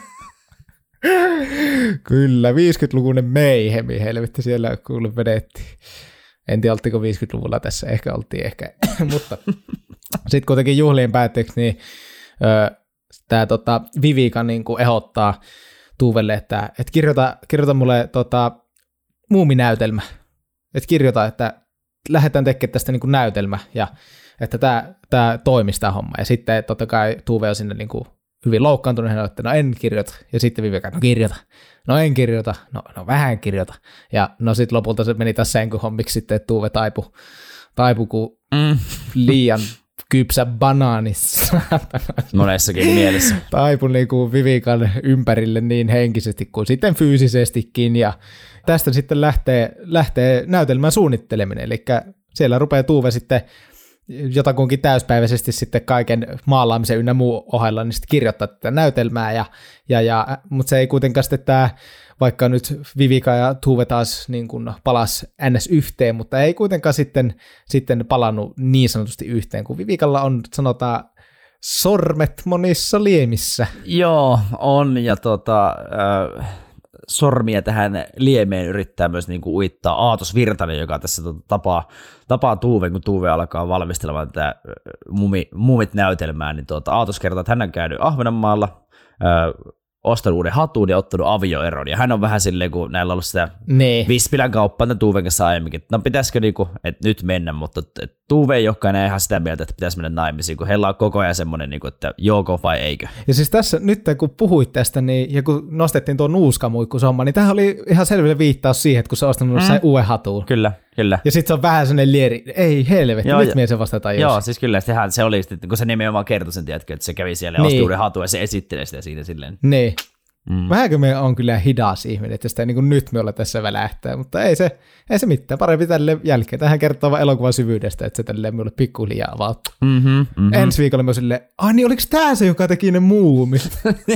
Kyllä, viisikymmentälukuinen meihemi, helvetti siellä kuule vedettiin. En tiedä, oltiko viisikymmentäluvulla tässä, ehkä oltiin ehkä, mutta sitten kuitenkin juhlien päätteeksi, niin tämä tota, Vivica niin ehdottaa Tuuvelle, että et kirjoita, kirjoita mulle tota, muuminäytelmä, että kirjoita, että lähdetään tekemään tästä niin kuin näytelmä, ja että tämä, tämä toimisi tämä homma, ja sitten totta kai Tuve on sinne niin kuin hyvin loukkaantunut, hän että no en kirjoita, ja sitten Vivica, no kirjoita, no en kirjoita, no, no vähän kirjoita, ja no sitten lopulta se meni taas sänkyhommiksi sitten, että Tuve taipui, taipu kuin mm. liian kypsä banaanissa. Monessakin mielessä. Taipu niin kuin Vivican ympärille niin henkisesti kuin sitten fyysisestikin, ja tästä sitten lähtee, lähtee näytelmän suunnitteleminen, eli siellä rupeaa Tuve sitten jotakuinkin täyspäiväisesti sitten kaiken maalaamisen ynnä muu ohella, niin sitten kirjoittaa tätä näytelmää, ja, ja, ja, mutta se ei kuitenkaan sitten tämä, vaikka nyt Vivica ja Tuve taas niin kuin palasi ns. Yhteen, mutta ei kuitenkaan sitten, sitten palannut niin sanotusti yhteen, kun Vivicalla on, sanotaan, sormet monissa liemissä. Joo, on, ja tota, äh, sormia tähän liemeen yrittää myös niin kuin uittaa Aatos Virtanen, joka tässä tota, tapaa, tapaa Tuven, kun Tuve alkaa valmistelemaan tätä mumi, Mumit-näytelmää, niin tuota, Aatos kertoo, että hän on käynyt Ahvenanmaalla, äh, ostanut uuden hatun ja ottanut avioeron. Ja hän on vähän silleen, kun näillä on ollut sitä Nee. Vispilän kauppaa tämän Tuuven kanssa aiemminkin. No pitäisikö niinku, että nyt mennä, mutta Tuve ei olekaan enää ihan sitä mieltä, että pitäisi mennä naimisiin, kun heillä on koko ajan semmoinen, niinku, että joko vai eikö. Ja siis tässä nyt kun puhuit tästä, niin, ja kun nostettiin tuo nuuskamuikkusomma, niin tämähän oli ihan selville viittaus siihen, että kun sä ostanut mm. sai uuden hatun. Kyllä, kyllä. Ja sitten se on vähän sellainen lieri, ei helvetti, joo, nyt mies se vasta tajus. Joo, siis kyllä, sehän se oli, kun se nimenomaan kertoi sen, tiedätkö, että se kävi siellä ja niin. osti uuden hatun ja se esittelee sitä siinä silleen. Niin. Mm. Vähänkö me on kyllä hidas ihminen, että sitä niin kuin nyt me ollaan tässä välähtää, mutta ei se, ei se mitään, parempi tälle jälkeen. Tähän kertoo vaan elokuvan syvyydestä, että se tälleen minulle pikkuhiljaa avautuu. Mm-hmm, mm-hmm. Ensi viikolla mä silleen, ai niin oliko tää se, joka teki ne muumit?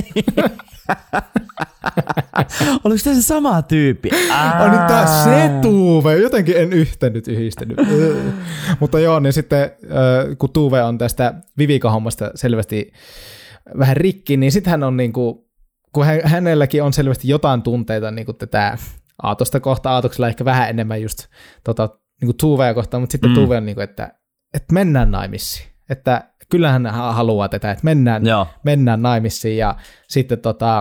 Oliko tämä se sama tyyppi? Ai niin tää se Tuve, jotenkin en yhtä nyt yhdistänyt. Mutta joo, niin sitten kun Tuve on tästä Vivica-hommasta selvästi vähän rikki, niin sitten hän on niinku, kun hänelläkin on selvästi jotain tunteita niinku tätä Aatosta kohtaan, Aatoksella ehkä vähän enemmän just tota, niinku Tuvea kohtaan, mutta sitten mm. Tuve on niinku, että, että mennään naimisiin. Että kyllähän hän haluaa tätä, että mennään, mennään naimisiin ja sitten tota,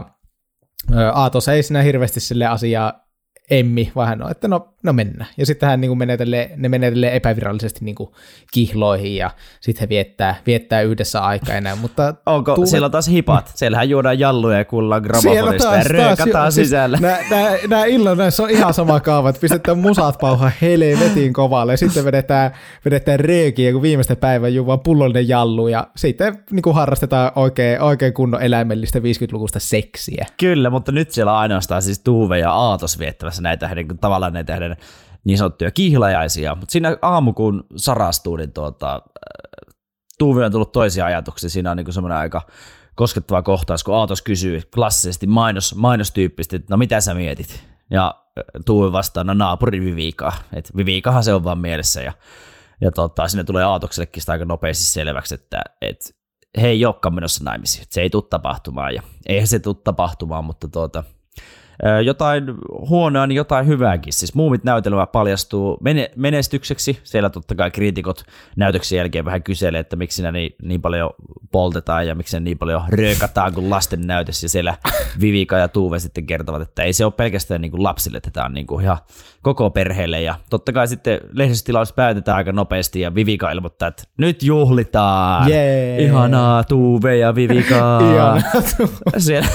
Aatos ei siinä hirveästi sille asiaa emmi, vaan hän on, että no, no mennään. Ja sitten hän niin menetelee, ne menetelee epävirallisesti niin kuin kihloihin ja sitten he viettää, viettää yhdessä aikaa enää. Mutta onko, tuve... siellä on taas hipat. Siellähän juodaan jalluja ja kuullaan gramofonista ja röökataan sisällä. Siis nämä, nämä illan näissä on ihan sama kaava, että pistetään musat pauhaa helvetin kovalle ja sitten vedetään, vedetään röökiä, kun viimeistä päivän juu vaan pullollinen jallu ja sitten niin kuin harrastetaan oikein, oikein kunnon eläimellistä viisikymmentälukuista seksiä. Kyllä, mutta nyt siellä on ainoastaan siis Tuve ja Aatos viettävässä näitä niin tavallaan näitä heidän niin sanottuja kihlajaisia, mutta siinä aamu kun sarastuu, niin tuota, Tuve on tullut toisia ajatuksia, siinä on niin semmoinen aika koskettava kohtaus, kun Aatos kysyy klassisesti mainos, mainostyyppisesti, että no mitä sä mietit? Ja Tuve vastaa, no naapuri Vivica, että Vivicahan se on vaan mielessä ja, ja tota, sinne tulee Aatoksellekin sitä aika nopeasti selväksi, että et, he ei olekaan menossa naimisiin, että se ei tule tapahtumaan ja eihän se tule tapahtumaan, mutta tuota, jotain huonoa, niin jotain hyvääkin. Siis Muumit näytelmä paljastuu menestykseksi. Siellä totta kai kriitikot näytöksen jälkeen vähän kyselee, että miksi siinä niin, niin paljon poltetaan ja miksi niin paljon röökataan kuin lasten näytös. Ja siellä Vivica ja Tuve sitten kertovat, että ei se ole pelkästään niin kuin lapsille, että tämä on niin kuin ihan koko perheelle. Ja totta kai sitten lehdistötilaus päätetään aika nopeasti ja Vivica ilmoittaa, että nyt juhlitaan. Yeah. Ihanaa Tuve ja Vivica. Ihanaa siellä...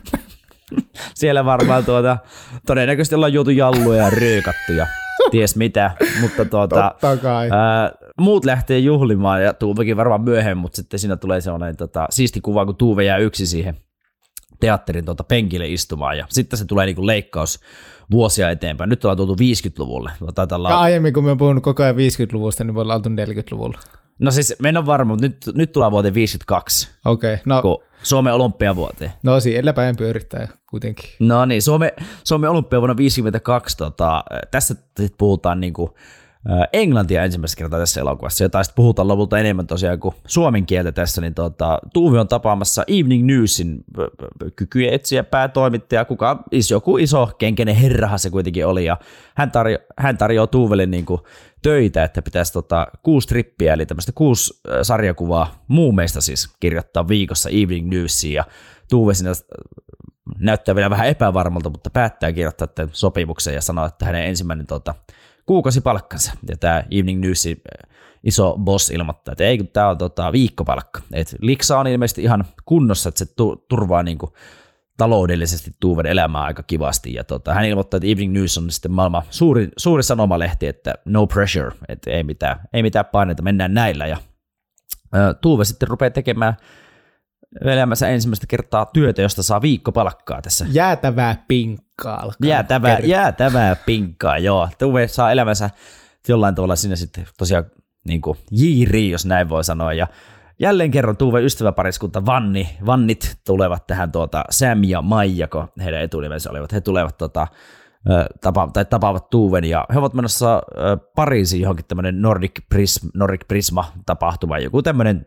Siellä varmaan tuota, todennäköisesti ollaan juotu jalluja ja röökattu ja ties mitä, mutta tuota, ää, muut lähtee juhlimaan ja Tuvekin varmaan myöhemmin, mutta sitten siinä tulee sellainen tota, siisti kuva, kun Tuve jää yksi siihen teatterin tuota, penkille istumaan ja sitten se tulee niinku leikkaus vuosia eteenpäin. Nyt ollaan tultu viisikymmentäluvulle. Ja aiemmin, kun me on puhunut koko ajan viisikymmentäluvusta, niin me ollaan oltu neljäkymmentäluvulla. No siis me en ole varma, mutta nyt, nyt tullaan vuoteen viisikymmentäkaksi. Okei, okay, no. Suomen olympiavuoteen. No siellä päin pyörittää kuitenkin. No niin, Suomen, Suomen olympiavuonna viisikymmentäkaksi, tota, tässä puhutaan niinku, ä, englantia ensimmäistä kertaa tässä elokuvassa, jota sitten puhutaan lopulta enemmän tosiaan kuin suomen kieltä tässä, niin tota, Tuve on tapaamassa Evening Newsin kykyjen etsiä päätoimittaja, kuka is, joku iso kenkeinen herrahan se kuitenkin oli, ja hän, tarjo, hän tarjoaa Tuvelle niinku töitä, että pitäisi tota, kuusi trippiä, eli tämmöistä kuusi sarjakuvaa muumeista siis kirjoittaa viikossa Evening Newsiin, ja Tuve siinä näyttää vielä vähän epävarmalta, mutta päättää kirjoittaa tämän sopimuksen ja sanoa, että hänen ensimmäinen tota, kuukausipalkkansa. Ja tämä Evening Newsin iso boss ilmoittaa, että ei, kun tämä on tota, viikkopalkka. Et liksa on ilmeisesti ihan kunnossa, että se tu- turvaa niinku taloudellisesti Tuven elämää aika kivasti. Ja tota, hän ilmoittaa, että Evening News on sitten maailman suuri, suuri sanomalehti, että no pressure, että ei mitään, ei mitään paineita, mennään näillä. Ja ä, Tuve sitten rupeaa tekemään elämänsä ensimmäistä kertaa työtä, josta saa viikkopalkkaa tässä. Jäätävää pinkkaa. Jäätävää, jäätävää pinkkaa, joo. Tuve saa elämänsä jollain tavalla sinne sitten tosiaan niin kuin jiiriin, jos näin voi sanoa. Ja jälleen kerran Tuve ystäväpariskunta Vanni, Vannit tulevat tähän tuota, Sam ja Maija, kun heidän etunimensä olivat. He tulevat tota, tapa, tai tapaavat Tuven ja he ovat menossa Pariisiin johonkin tämmöinen Nordic Prisma, Nordic Prisma-tapahtuma, joku tämmöinen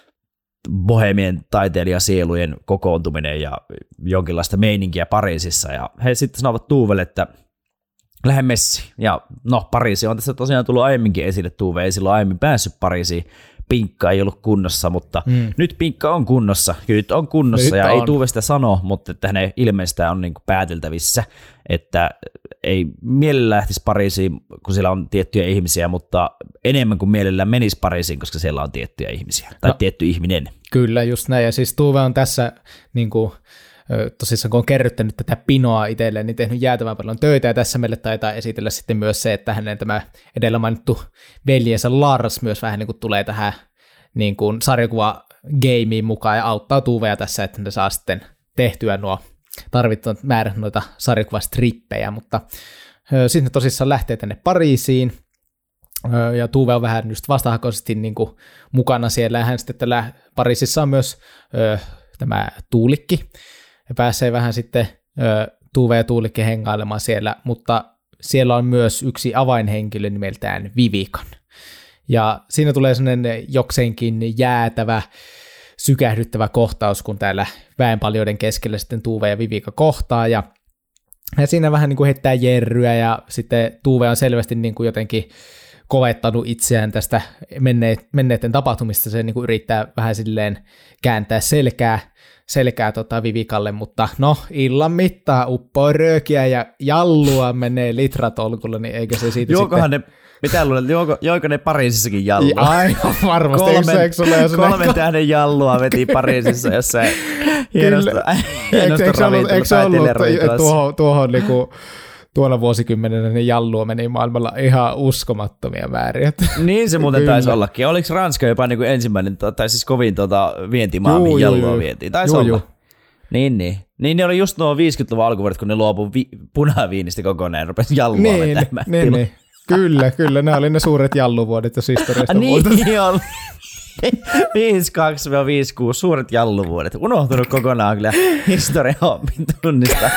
bohemien taiteilijasielujen kokoontuminen ja jonkinlaista meininkiä Pariisissa. Ja he sitten sanovat Tuvelle, että lähde messiin. Ja no, Pariisi on tässä tosiaan tullut aiemminkin esille. Tuve ei silloin aiemmin päässyt Pariisiin Pinkka ei ollut kunnossa, mutta mm. nyt Pinkka on kunnossa. Kyllä nyt on kunnossa nyt ja on. Ei Tuve sitä sano, mutta että hänen ilmeestään on niin kuin pääteltävissä, että ei mielellään lähtisi Pariisiin, kun siellä on tiettyjä ihmisiä, mutta enemmän kuin mielellään menisi Pariisiin, koska siellä on tiettyjä ihmisiä tai no, tietty ihminen. Kyllä, just näin. Ja siis Tuve on tässä niin kuin tosissaan kun on kerryttänyt tätä pinoa itselleen, niin tehnyt jäätävän paljon töitä, ja tässä meille taitaa esitellä sitten myös se, että hänen tämä edellä mainittu veljensä Lars myös vähän niin kuin tulee tähän niin kuin sarjakuva-gameen mukaan, ja auttaa Tuvea tässä, että ne saa sitten tehtyä nuo tarvittavat määrät noita sarjakuvastrippejä, mutta sitten ne tosissaan lähtee tänne Pariisiin, ja Tuve on vähän just vastahakoisesti niin kuin mukana siellä, ja hän sitten tällä Pariisissa on myös ö, tämä Tuulikki, ja pääsee vähän sitten ö, Tuve ja Tuulikki hengailemaan siellä, mutta siellä on myös yksi avainhenkilö nimeltään Vivikan. Ja siinä tulee sellainen jokseenkin jäätävä, sykähdyttävä kohtaus, kun täällä väenpaljoiden keskellä sitten Tuve ja Vivika kohtaa, ja, ja siinä vähän niin kuin heittää jerryä, ja sitten Tuve on selvästi niin kuin jotenkin kovettanut itseään tästä menneiden tapahtumista, se niin kuin yrittää vähän silleen kääntää selkää, selkää tota Vivikalle, mutta no illan mittaan uppoo röökiä ja jallua menee litratolkulla, niin eikö se siitä Juokohan sitten... ne, mitä luulet, juoko, joiko ne Pariisissakin jallua? Aivan varmasti. Kolmen, kolmen tähden jallua veti Pariisissa jossain hienosta, hienosta ravintolassa. Tuohon, tuohon niinku... Tuolla vuosikymmenellä ne jallua meni maailmalla ihan uskomattomia määriä. Niin se muuten taisi ollakin. Oliko Ranska jopa niin kuin ensimmäinen, tai siis kovin tuota vientimaa, mihin jallua vietiin? Taisi juu, olla. Juu. Niin, niin. Niin ne oli just nuo viisikymmentäluvun alkuvuodet, kun ne luopui vi- punaviinistä kokonaan ja rupesi jallua niin, vetämään. Niin, niin. Kyllä, kyllä. Ne oli ne suuret jalluvuodet, jos historiasta ah, niin oli. viisi kaksi viisi kuusi suuret jalluvuodet. Unohtunut kokonaan kyllä historian oppin tunnista.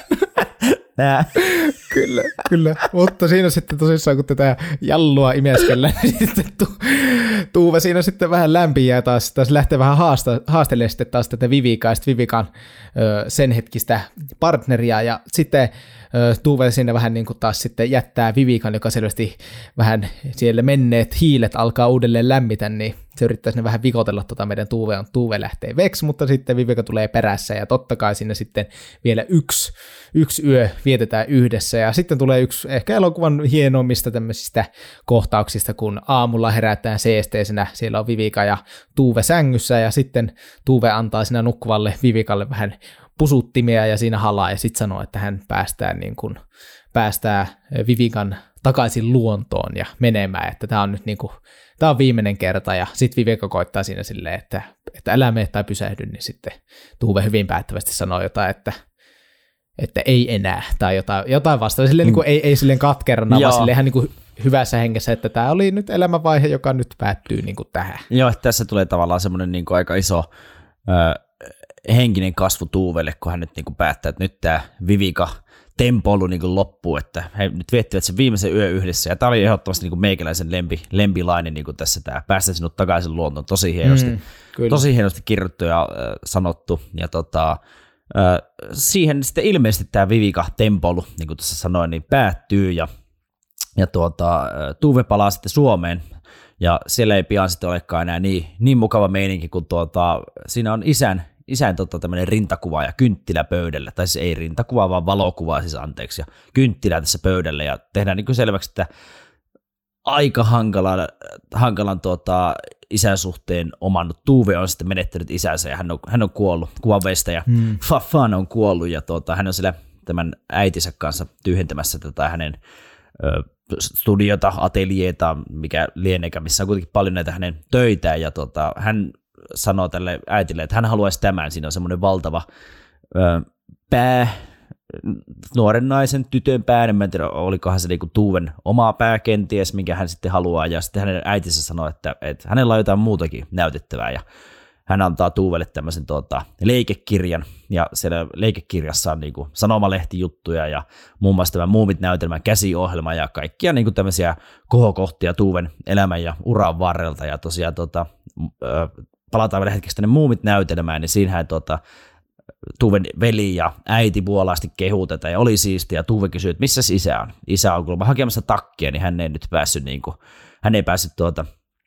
Nää. Kyllä, kyllä. Mutta siinä sitten tosissaan, kun tätä jallua imeskellä, niin sitten tu- Tuve siinä sitten vähän lämpiää taas, taas lähtee vähän haasta- haastelemaan sitten taas tätä Vivikaa, ja sitten Vivikan ö, sen hetkistä partneria, ja sitten ö, Tuve siinä vähän niin kuin taas sitten jättää Vivikan, joka selvästi vähän siellä menneet hiilet alkaa uudelleen lämmitä, niin se yrittää sinne vähän vikotella tota meidän Tuve on, Tuve lähtee veksi, mutta sitten Vivika tulee perässä, ja totta kai siinä sitten vielä yksi, yksi yö vietetään yhdessä, ja sitten tulee yksi ehkä elokuvan hienoimmista tämmöisistä kohtauksista, kun aamulla herätään seesteisenä, siellä on Vivika ja Tuve sängyssä, ja sitten Tuve antaa siinä nukkuvalle Vivikalle vähän pusuttimia ja siinä halaa, ja sitten sanoo, että hän päästää, niin kuin, päästää Vivikan takaisin luontoon ja menemään, että tämä on nyt niin kuin, tämä on viimeinen kerta, ja sitten Vivika koittaa siinä silleen, että, että älä mene tai pysähdy, niin sitten Tuve hyvin päättävästi sanoo jotain, että, että ei enää, tai jotain, jotain vastaan, silleen, mm. niin kuin, ei, ei silleen katkerana, vaan silleen ihan niin kuin hyvässä hengessä, että tämä oli nyt elämänvaihe, joka nyt päättyy niin kuin tähän. Joo, tässä tulee tavallaan semmoinen niin kuin aika iso ö, henkinen kasvu Tuvelle, kun hän nyt niin kuin päättää, että nyt tämä Vivika tempoilu niin loppuu, että he nyt viettivät sen viimeisen yö yhdessä, ja tämä oli ehdottomasti niin meikäläisen lempi, lempilainen niin kuin tässä tämä päästä sinut takaisin luontoon, tosi hienosti, mm, tosi hienosti kirjoittu ja äh, sanottu, ja tota, äh, siihen sitten ilmeisesti tämä Vivika tempoilu, niin kuin tässä sanoin, niin päättyy, ja, ja tuota, äh, Tuve palaa sitten Suomeen, ja siellä ei pian sitten olekaan enää niin, niin mukava meininki, kun tuota, siinä on isän, isän tota, tämmöinen rintakuva ja kynttilä pöydällä, tai siis ei rintakuva, vaan valokuva siis anteeksi, ja kynttilä tässä pöydällä, ja tehdään niin kuin selväksi, että aika hankalan, hankalan tuota, isän suhteen omannut Tuve on sitten menettänyt isänsä, ja hän on, hän on kuollut, kuvanveistä, ja hmm. Faffan on kuollut, ja tuota, hän on siellä tämän äitinsä kanssa tyhjentämässä tätä hänen ö, studiota, ateljeeta, mikä lieneekä, missä on kuitenkin paljon näitä hänen töitä, ja tuota, hän sanoo tälle äitille, että hän haluaisi tämän, siinä on semmoinen valtava ö, pää, nuoren naisen, tytön pää, en tiedä, olikohan se niinku Tuven omaa pää kenties, minkä hän sitten haluaa, ja sitten hänen äitinsä sanoo, että, että hänellä on jotain muutakin näytettävää, ja hän antaa Tuvelle tämmöisen tuota, leikekirjan, ja siellä leikekirjassa on niinku sanomalehtijuttuja, ja muun muassa tämä Muumit-näytelmän käsiohjelma, ja kaikkia niinku tämmöisiä kohokohtia Tuven elämän ja uran varrelta, ja tosiaan tota, palataan vielä hetkeksi tänne Muumit-näytelmään, niin siinähän tuota, Tuven veli ja äiti vuolaasti kehutetaan, ja oli siistiä, ja Tuve kysyy, että missä isä on? Isä on kuulemma hakemassa takkia, niin hän ei nyt päässyt, niin kuin, hän ei päässyt tuota,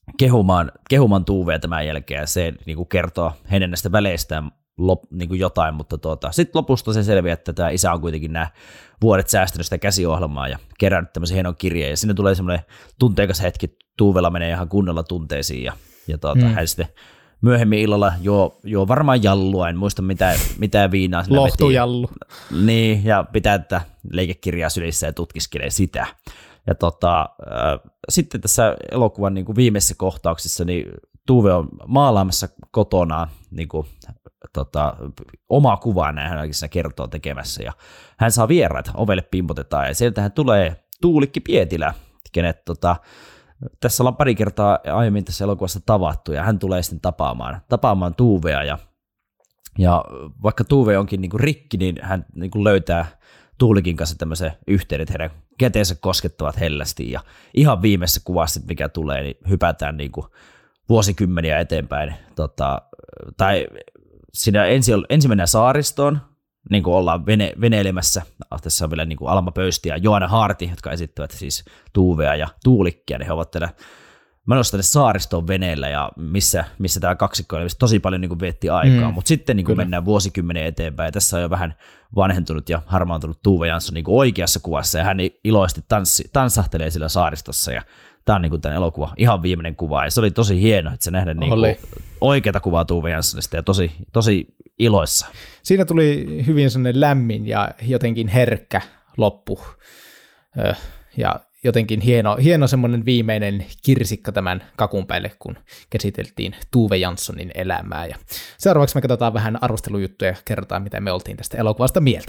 kehumaan, kehumaan Tuuvea tämän jälkeen, ja se niin kuin kertoo heidän näistä väleistään lop, niin kuin jotain, mutta tuota, sitten lopusta se selviää, että tämä isä on kuitenkin nämä vuodet säästänyt sitä käsiohjelmaa ja kerännyt tämmöisen hienon kirjeen, ja sinne tulee semmoinen tunteikas hetki, Tuuvella menee ihan kunnolla tunteisiin, ja, ja tuota, mm. hän sitten myöhemmin illalla juo, juo varmaan jallua, en muista mitä, mitä viinaa sinne Lohtujallu. Niin, ja pitää tätä leikekirjaa sylissä ja tutkiskelee sitä. Ja tota, äh, sitten tässä elokuvan niin kuin viimeisessä kohtauksessa niin Tuve on maalaamassa kotona niin kuin, tota, omaa kuvaa, näin hän siinä kertoo tekemässä, ja hän saa vieraita, ovelle pimpotetaan, ja sieltähän tulee Tuulikki Pietilä, kenet tota, tässä ollaan pari kertaa aiemmin tässä elokuvassa tavattu, ja hän tulee sitten tapaamaan, tapaamaan Tuvea, ja, ja vaikka Tuve onkin niin kuin rikki, niin hän niin kuin löytää Tuulikin kanssa tämmöisen yhteyden, että heidän käteensä koskettavat hellästi, ja ihan viimeisessä kuvassa, mikä tulee, niin hypätään niin kuin vuosikymmeniä eteenpäin, tota, tai siinä ensi, ensin mennään saaristoon, niin kuin ollaan vene, veneilemässä, tässä on vielä niin kuin Alma Pöysti ja Joana Haarti, jotka esittävät siis Tuvea ja Tuulikkia, niin he ovat täällä menossa tänne saaristoon veneellä, ja missä, missä tämä kaksikko oli, tosi paljon niin kuin vietti aikaa, mm, mutta sitten niin kuin mennään vuosikymmenen eteenpäin, ja tässä on jo vähän vanhentunut ja harmaantunut Tove Jansson niin kuin oikeassa kuvassa, ja hän iloisesti tanssi, tanssahtelee sillä saaristossa, ja tämä on niin kuin tämän elokuva ihan viimeinen kuva, ja se oli tosi hieno, että se nähdään niin kuin oikeata kuvaa Tove Janssonista, ja tosi, tosi iloissa. Siinä tuli hyvin sellainen lämmin ja jotenkin herkkä loppu, ja jotenkin hieno, hieno semmoinen viimeinen kirsikka tämän kakun päälle, kun käsiteltiin Tove Janssonin elämää. Ja seuraavaksi me katsotaan vähän arvostelujuttuja ja kerrotaan, mitä me oltiin tästä elokuvasta mieltä.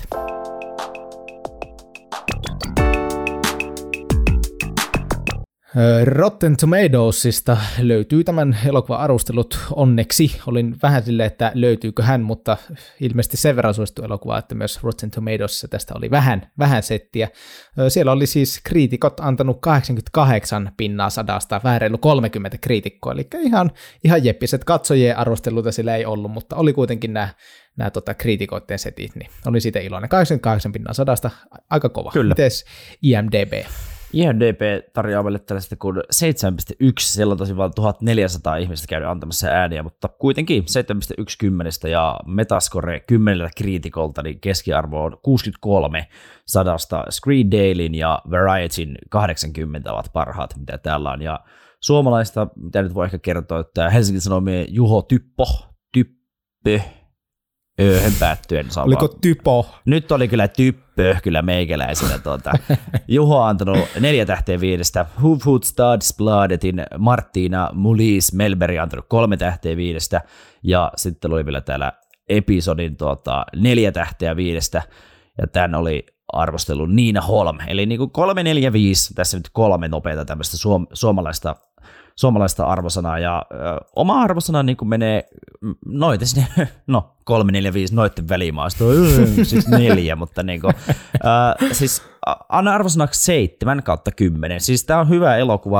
Rotten Tomatoesista löytyy tämän elokuvan arvostelut onneksi. Olin vähän silleen, että löytyykö hän, mutta ilmeisesti sen verran suosittu elokuva, että myös Rotten Tomatoesissa tästä oli vähän, vähän settiä. Siellä oli siis kriitikot antanut kahdeksankymmentäkahdeksan pinnaa sadasta, vähän reilu kolmekymmentä kriitikkoa, eli ihan, ihan jeppiset katsojien arvosteluita sillä ei ollut, mutta oli kuitenkin nämä nämä tota, kriitikoiden setit, niin oli siitä iloinen. kahdeksankymmentäkahdeksan pinnaa sadasta, aika kova. Kyllä. Mites I M D B? I M D B tarjoaa meille tällaista kuin seitsemän pilkku yksi, siellä on tosi vain tuhatneljäsataa ihmistä käynyt antamassa ääniä, mutta kuitenkin seitsemän pilkku yksi kymmenestä, ja Metascore kymmeneltä kriitikolta, niin keskiarvo on kuusikymmentäkolme sadasta. Screen Dailyn ja Varietyn kahdeksankymmentä ovat parhaat, mitä täällä on, ja suomalaista, mitä nyt voi ehkä kertoa, että Helsingin Sanomien Juho Typpo, Typpö, ööhön päättyen. Oliko typo? Nyt oli kyllä typpö kyllä meikäläisenä. Tuota. Juho on antanut neljä tähteä viidestä. Hoof Studs Blaadetin Martina Mulis Melberg on antanut kolme tähteä viidestä. Ja sitten oli vielä täällä episodin tuota, neljä tähteä viidestä. Ja tämän oli arvostellut Niina Holm. Eli niin kuin kolme, neljä, viisi. Tässä nyt kolme nopeata tämmöistä suom- suomalaista suomalaista arvosanaa, ja ö, oma arvosana niin kuin menee noita sinne, no kolme, neljä, viisi noitten väliin, mä oon siis neljä, mutta niin kuin, ö, siis anna arvosanaksi seitsemän kautta kymmenen, siis tää on hyvä elokuva,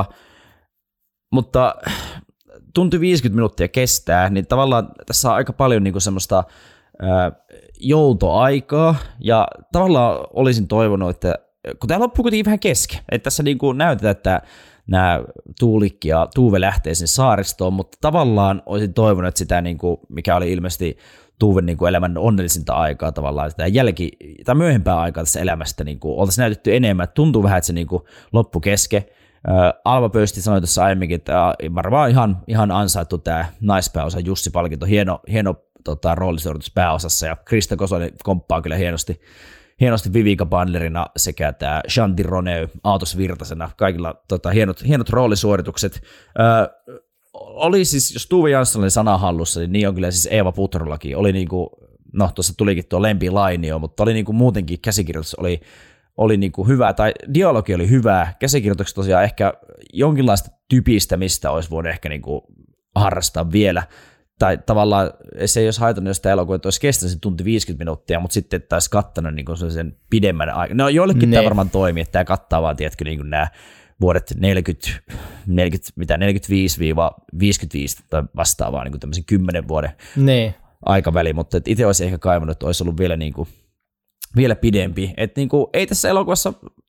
mutta tunti viisikymmentä minuuttia kestää, niin tavallaan tässä on aika paljon niin kuin semmoista ö, joutoaikaa, ja tavallaan olisin toivonut, että kun tää loppuu kuitenkin vähän kesken, että tässä niin kuin näytetään, että nämä Tuulikki ja Tuve lähtee sinne saaristoon, mutta tavallaan olisin toivonut, että sitä, niin kuin, mikä oli ilmeisesti Tuven niin kuin elämän onnellisinta aikaa tavallaan, sitä jälki, tai myöhempää aikaa tässä elämästä niin kuin, oltaisiin näytetty enemmän. Tuntuu vähän, että se niin kuin, loppu kesken. Alma Pöysti sanoi tuossa aiemminkin, että varmaan ihan, ihan ansaittu tämä naispääosa Jussi-palkinto, hieno, hieno tota, roolisuoritus pääosassa, ja Krista Kosonen komppaa kyllä hienosti. Hienosti Vivica Bandlerina sekä tämä Shanti Roneu Aatos Virtasena, kaikilla tota, hienot, hienot roolisuoritukset. Öö, oli siis, jos Tove Jansson oli sanahallussa, niin niin on kyllä siis Eeva Putrollakin. Oli niinku, no tuossa tulikin tuo Lempi Lainio, mutta oli niinku muutenkin käsikirjoitus oli, oli niinku hyvä, tai dialogi oli hyvä. Käsikirjoitukset tosiaan ehkä jonkinlaista typistämistä olisi voinut ehkä niinku harrastaa vielä. Tai tavallaan se ei olisi haitannut, jos tämä elokuva olisi kestänyt sen tunti viisikymmentä minuuttia, mutta sitten että olisi kattanut niin sen pidemmän aikaa. No joillekin ne. Tämä varmaan toimii, että tämä kattaa vaan, tiedätkö, niin kuin nämä vuodet neljäkymmentä, neljäkymmentä, mitä, neljäkymmentäviisi viisikymmentäviisi tai vastaavaa niin kuin tämmöisen kymmenen vuoden ne. Aikaväli, mutta itse olisi ehkä kaivannut, että olisi ollut vielä, niin kuin, vielä pidempi. Että niin kuin, ei tässä elokuvassa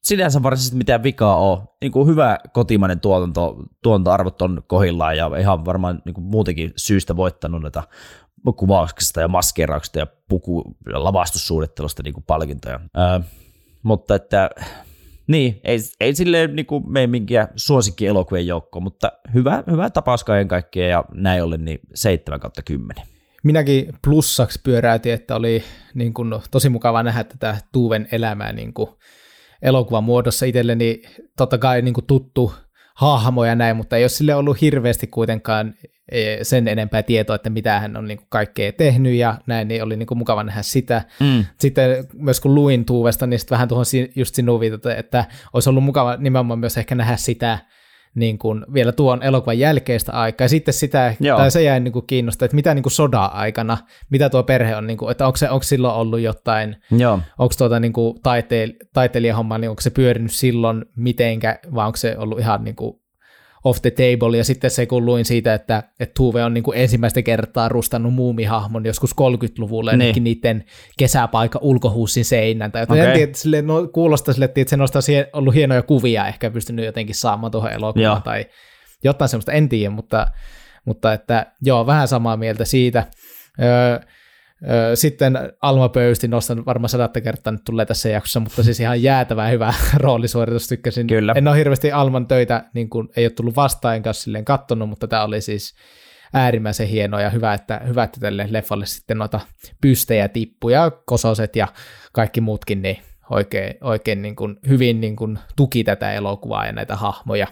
sinänsä varsinaisesti mitään vikaa ole. Niin kuin hyvä kotimainen tuotanto, tuotantoarvot on kohdillaan ja ihan varmaan niin kuin muutenkin syystä voittanut näitä kuvauksista ja maskeerauksista ja puku- ja lavastussuunnittelusta niin kuin palkintoja. Öö, mutta että niin, ei, ei silleen niin kuin mene minkään suosikkielokuvien joukkoon, mutta hyvä, hyvä tapaus kaiken kaikkiaan ja näin ollen niin seitsemän kautta kymmenen. Minäkin plussaksi pyöräytin, että oli niin kuin, tosi mukava nähdä tätä Tuven elämää niin kuin elokuvan muodossa itselleni. Totta kai niin kuin tuttu hahmo ja näin, mutta ei ole sille ollut hirveästi kuitenkaan sen enempää tietoa, että mitä hän on niin kuin kaikkea tehnyt ja näin, niin oli niin kuin mukava nähdä sitä. Mm. Sitten myös kun luin Tuvesta, niin sitten vähän tuohon just sinuun viitata, että olisi ollut mukava nimenomaan myös ehkä nähdä sitä niin kuin vielä tuon elokuvan jälkeistä aikaa. Ja sitten sitä, tai se jäi niin kuin kiinnostaa, että mitä niin kuin sodan aikana, mitä tuo perhe on, niin kuin, että onko, se, onko silloin ollut jotain, Joo. onko tuota niin kuin taiteil- taiteilijahommaa, niin onko se pyörinyt silloin mitenkä, vai onko se ollut ihan niin kuin off the table, ja sitten se kun luin siitä, että, että Tuve on niin kuin ensimmäistä kertaa rustannut muumihahmon joskus kolmekymmentäluvulla niin. Ennenkin niiden kesäpaikka ulkohuussin seinän, tai joten okay. tiedä, sille, no, kuulostaa sille, että se nostaa siihen, ollut hienoja kuvia, ehkä pystynyt jotenkin saamaan tuohon elokuvaan, tai jotain semmoista, en tiedä, mutta, mutta että joo, vähän samaa mieltä siitä. Öö, Sitten Alma Pöysti, nostan varmaan sadatta kertaa nyt tulee tässä jaksossa, mutta siis ihan jäätävän hyvä roolisuoritus, tykkäsin. Kyllä. En ole hirveästi Alman töitä, niin kuin ei ole tullut vastaan, enkä ole silleen katsonut, mutta tämä oli siis äärimmäisen hienoa ja hyvä, että, hyvä, että tälle leffalle sitten noita pystejä tippuja, kososet ja kaikki muutkin niin oikein, oikein niin kuin hyvin niin kuin tuki tätä elokuvaa ja näitä hahmoja.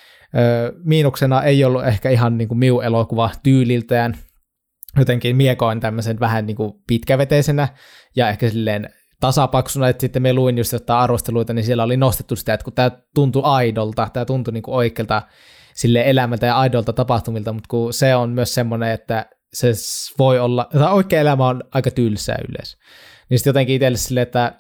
Miinuksena ei ollut ehkä ihan niin kuin miu elokuva tyyliltään, jotenkin miekoin tämmöisen vähän niin kuin pitkäveteisenä ja ehkä silleen tasapaksuna, että sitten me luin just jotain arvosteluita, niin siellä oli nostettu sitä, että kun tämä tuntui aidolta, tämä tuntui niin kuin oikealta sille elämältä ja aidolta tapahtumilta, mutta kun se on myös semmoinen, että se voi olla, tai oikea elämä on aika tylsää yleensä. Niin sitten jotenkin itselle silleen, että,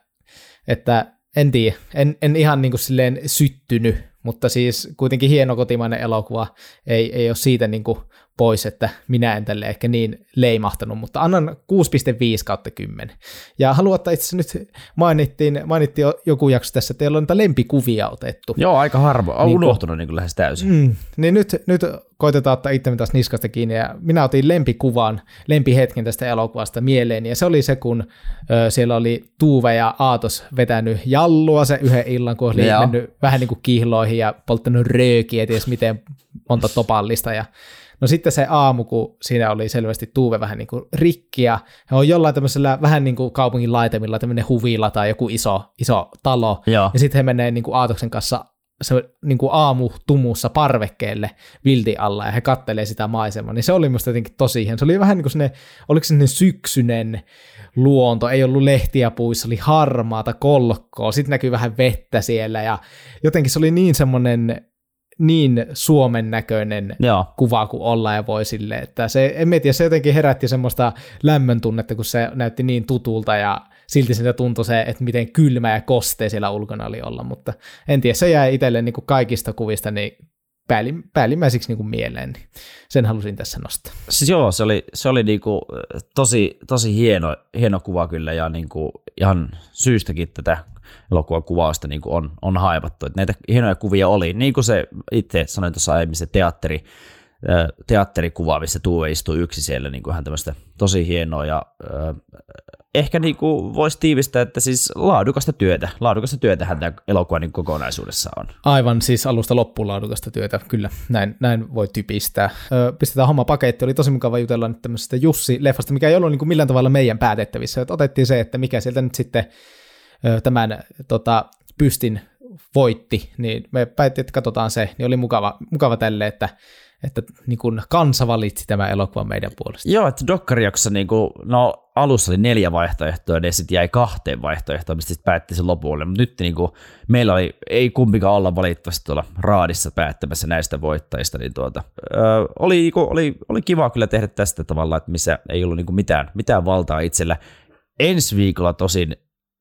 että en tiedä, en, en ihan niin kuin silleen syttynyt, mutta siis kuitenkin hieno kotimainen elokuva, ei, ei ole siitä niin kuin pois, että minä en tälle ehkä niin leimahtanut, mutta annan kuusi pilkku viisi kautta kymmenen. Ja haluan, että itse asiassa nyt mainittiin, mainittiin joku jakso tässä, että teillä on niitä lempikuvia otettu. Joo, aika harvoin. On niin unohtunut niin kuin lähes täysin. Mm, niin nyt, nyt koitetaan ottaa itsemme taas niskasta kiinni, ja minä otin lempikuvan, lempihetken tästä elokuvasta mieleeni, ja se oli se, kun ö, siellä oli Tuve ja Aatos vetänyt jallua se yhden illan, kun oli Joo. mennyt vähän niin kuin kihloihin ja polttanut röökiä, ties miten monta topallista, ja no sitten se aamu, kun siinä oli selvästi Tuve vähän niin kuin rikki, ja he on jollain tämmöisellä vähän niin kuin kaupungin laitamilla tämmöinen huvila tai joku iso, iso talo, Joo. ja sitten he menee niin kuin Aatoksen kanssa se niin kuin aamu tumussa parvekkeelle viltin alla, ja he kattelee sitä maisemaa, niin se oli musta jotenkin tosi hieno. Se oli vähän niin kuin sellainen, oliko se sellainen syksyinen luonto, ei ollut lehtiä puissa, oli harmaata kolkkoa, sitten näkyy vähän vettä siellä, ja jotenkin se oli niin semmoinen niin Suomen näköinen Joo. kuva kuin olla ja voi sille, että se, en tiedä, se jotenkin herätti semmoista lämmön tunnetta, kun se näytti niin tutulta ja silti sitä tuntui se, että miten kylmä ja kostea siellä ulkona oli olla, mutta en tiedä, se jäi itselle niin kuin kaikista kuvista niin päällim, päällimmäisiksi niin kuin mieleen, niin sen halusin tässä nostaa. Siis joo, se oli, se oli niin kuin tosi, tosi hieno, hieno kuva kyllä ja niin kuin ihan syystäkin tätä elokuvan kuvausta niin kuin on, on haivattu. Että näitä hienoja kuvia oli, niin kuin se itse sanoin tuossa aiemmin, se teatteri, teatterikuva, missä Tuve istuu yksi siellä, niin kuin ihan tämmöistä tosi hienoa ja äh, ehkä niin kuin voisi tiivistää, että siis laadukasta työtä, laadukasta työtähän tämä elokuva niin kokonaisuudessa on. Aivan, siis alusta loppuun laadukasta työtä, kyllä, näin, näin voi typistää. Ö, pistetään homma paketti, oli tosi mukava jutella nyt tämmöisestä Jussi-leffasta, mikä ei ollut niin kuin millään tavalla meidän päätettävissä, että otettiin se, että mikä sieltä nyt sitten ö, tämän tota, pystin voitti, niin me päätettiin, että katsotaan se, niin oli mukava, mukava tälle, että että niin kuin kansa valitsi tämä elokuva meidän puolesta. Joo, että dokkarijaksossa niin kuin, no alussa oli neljä vaihtoehtoa, ja sitten jäi kahteen vaihtoehtoon, mistä sitten päätti sen lopulle, mutta nyt niin kuin, meillä oli, ei kumpikaan olla valitettavasti tuolla raadissa päättämässä näistä voittajista, niin tuota, ö, oli, niin kuin, oli, oli kiva kyllä tehdä tästä tavalla, että missä ei ollut niin kuin mitään, mitään valtaa itsellä. Ensi viikolla tosin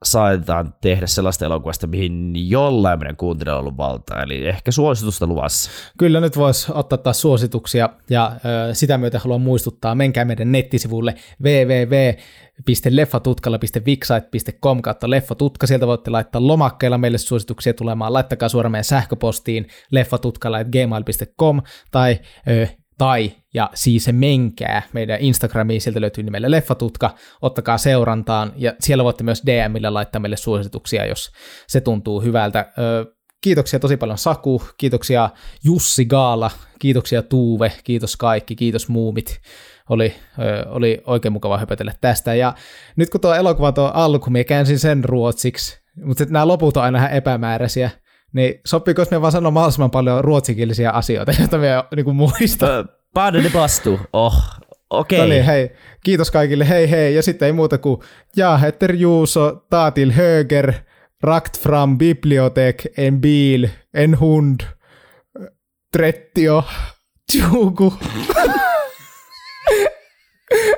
saadaan tehdä sellaista elokuvasta, mihin jollain meidän kuuntelijalla on ollut valtaa, eli ehkä suositusta luvassa. Kyllä nyt voisi ottaa taas suosituksia, ja ö, sitä myötä haluan muistuttaa, menkää meidän nettisivulle double-u double-u double-u piste leffatutkalla piste wixsite piste com kautta leffatutka, sieltä voitte laittaa lomakkeilla meille suosituksia tulemaan, laittakaa suoraan meidän sähköpostiin leffatutkalla at gmail piste com, tai ö, tai, ja siis menkää meidän Instagramiin, sieltä löytyy nimellä Leffatutka, ottakaa seurantaan, ja siellä voitte myös D M:llä laittaa meille suosituksia, jos se tuntuu hyvältä. Kiitoksia tosi paljon Saku, kiitoksia Jussi Gaala, kiitoksia Tuuve, kiitos kaikki, kiitos muumit. Oli, oli oikein mukava höpötellä tästä, ja nyt kun tuo elokuva tuo alku, minä käänsin sen ruotsiksi, mutta nämä loput on aina ihan epämääräisiä, niin sopiiko, jos me vaan sanoo mahdollisimman paljon ruotsinkielisiä asioita, joita me niin muistaa? Padde bastu. Oh, okei. Okay. No niin, hei. Kiitos kaikille, hei hei. Ja sitten ei muuta kuin ja heter Juuso, taatil höger, rakt fram bibliotek, en bil, en hund, trettio, tjugu.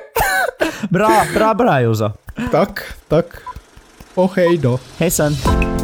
Bra, bra, bra Juuso. Tack, tack. Och hej då. Hejsan.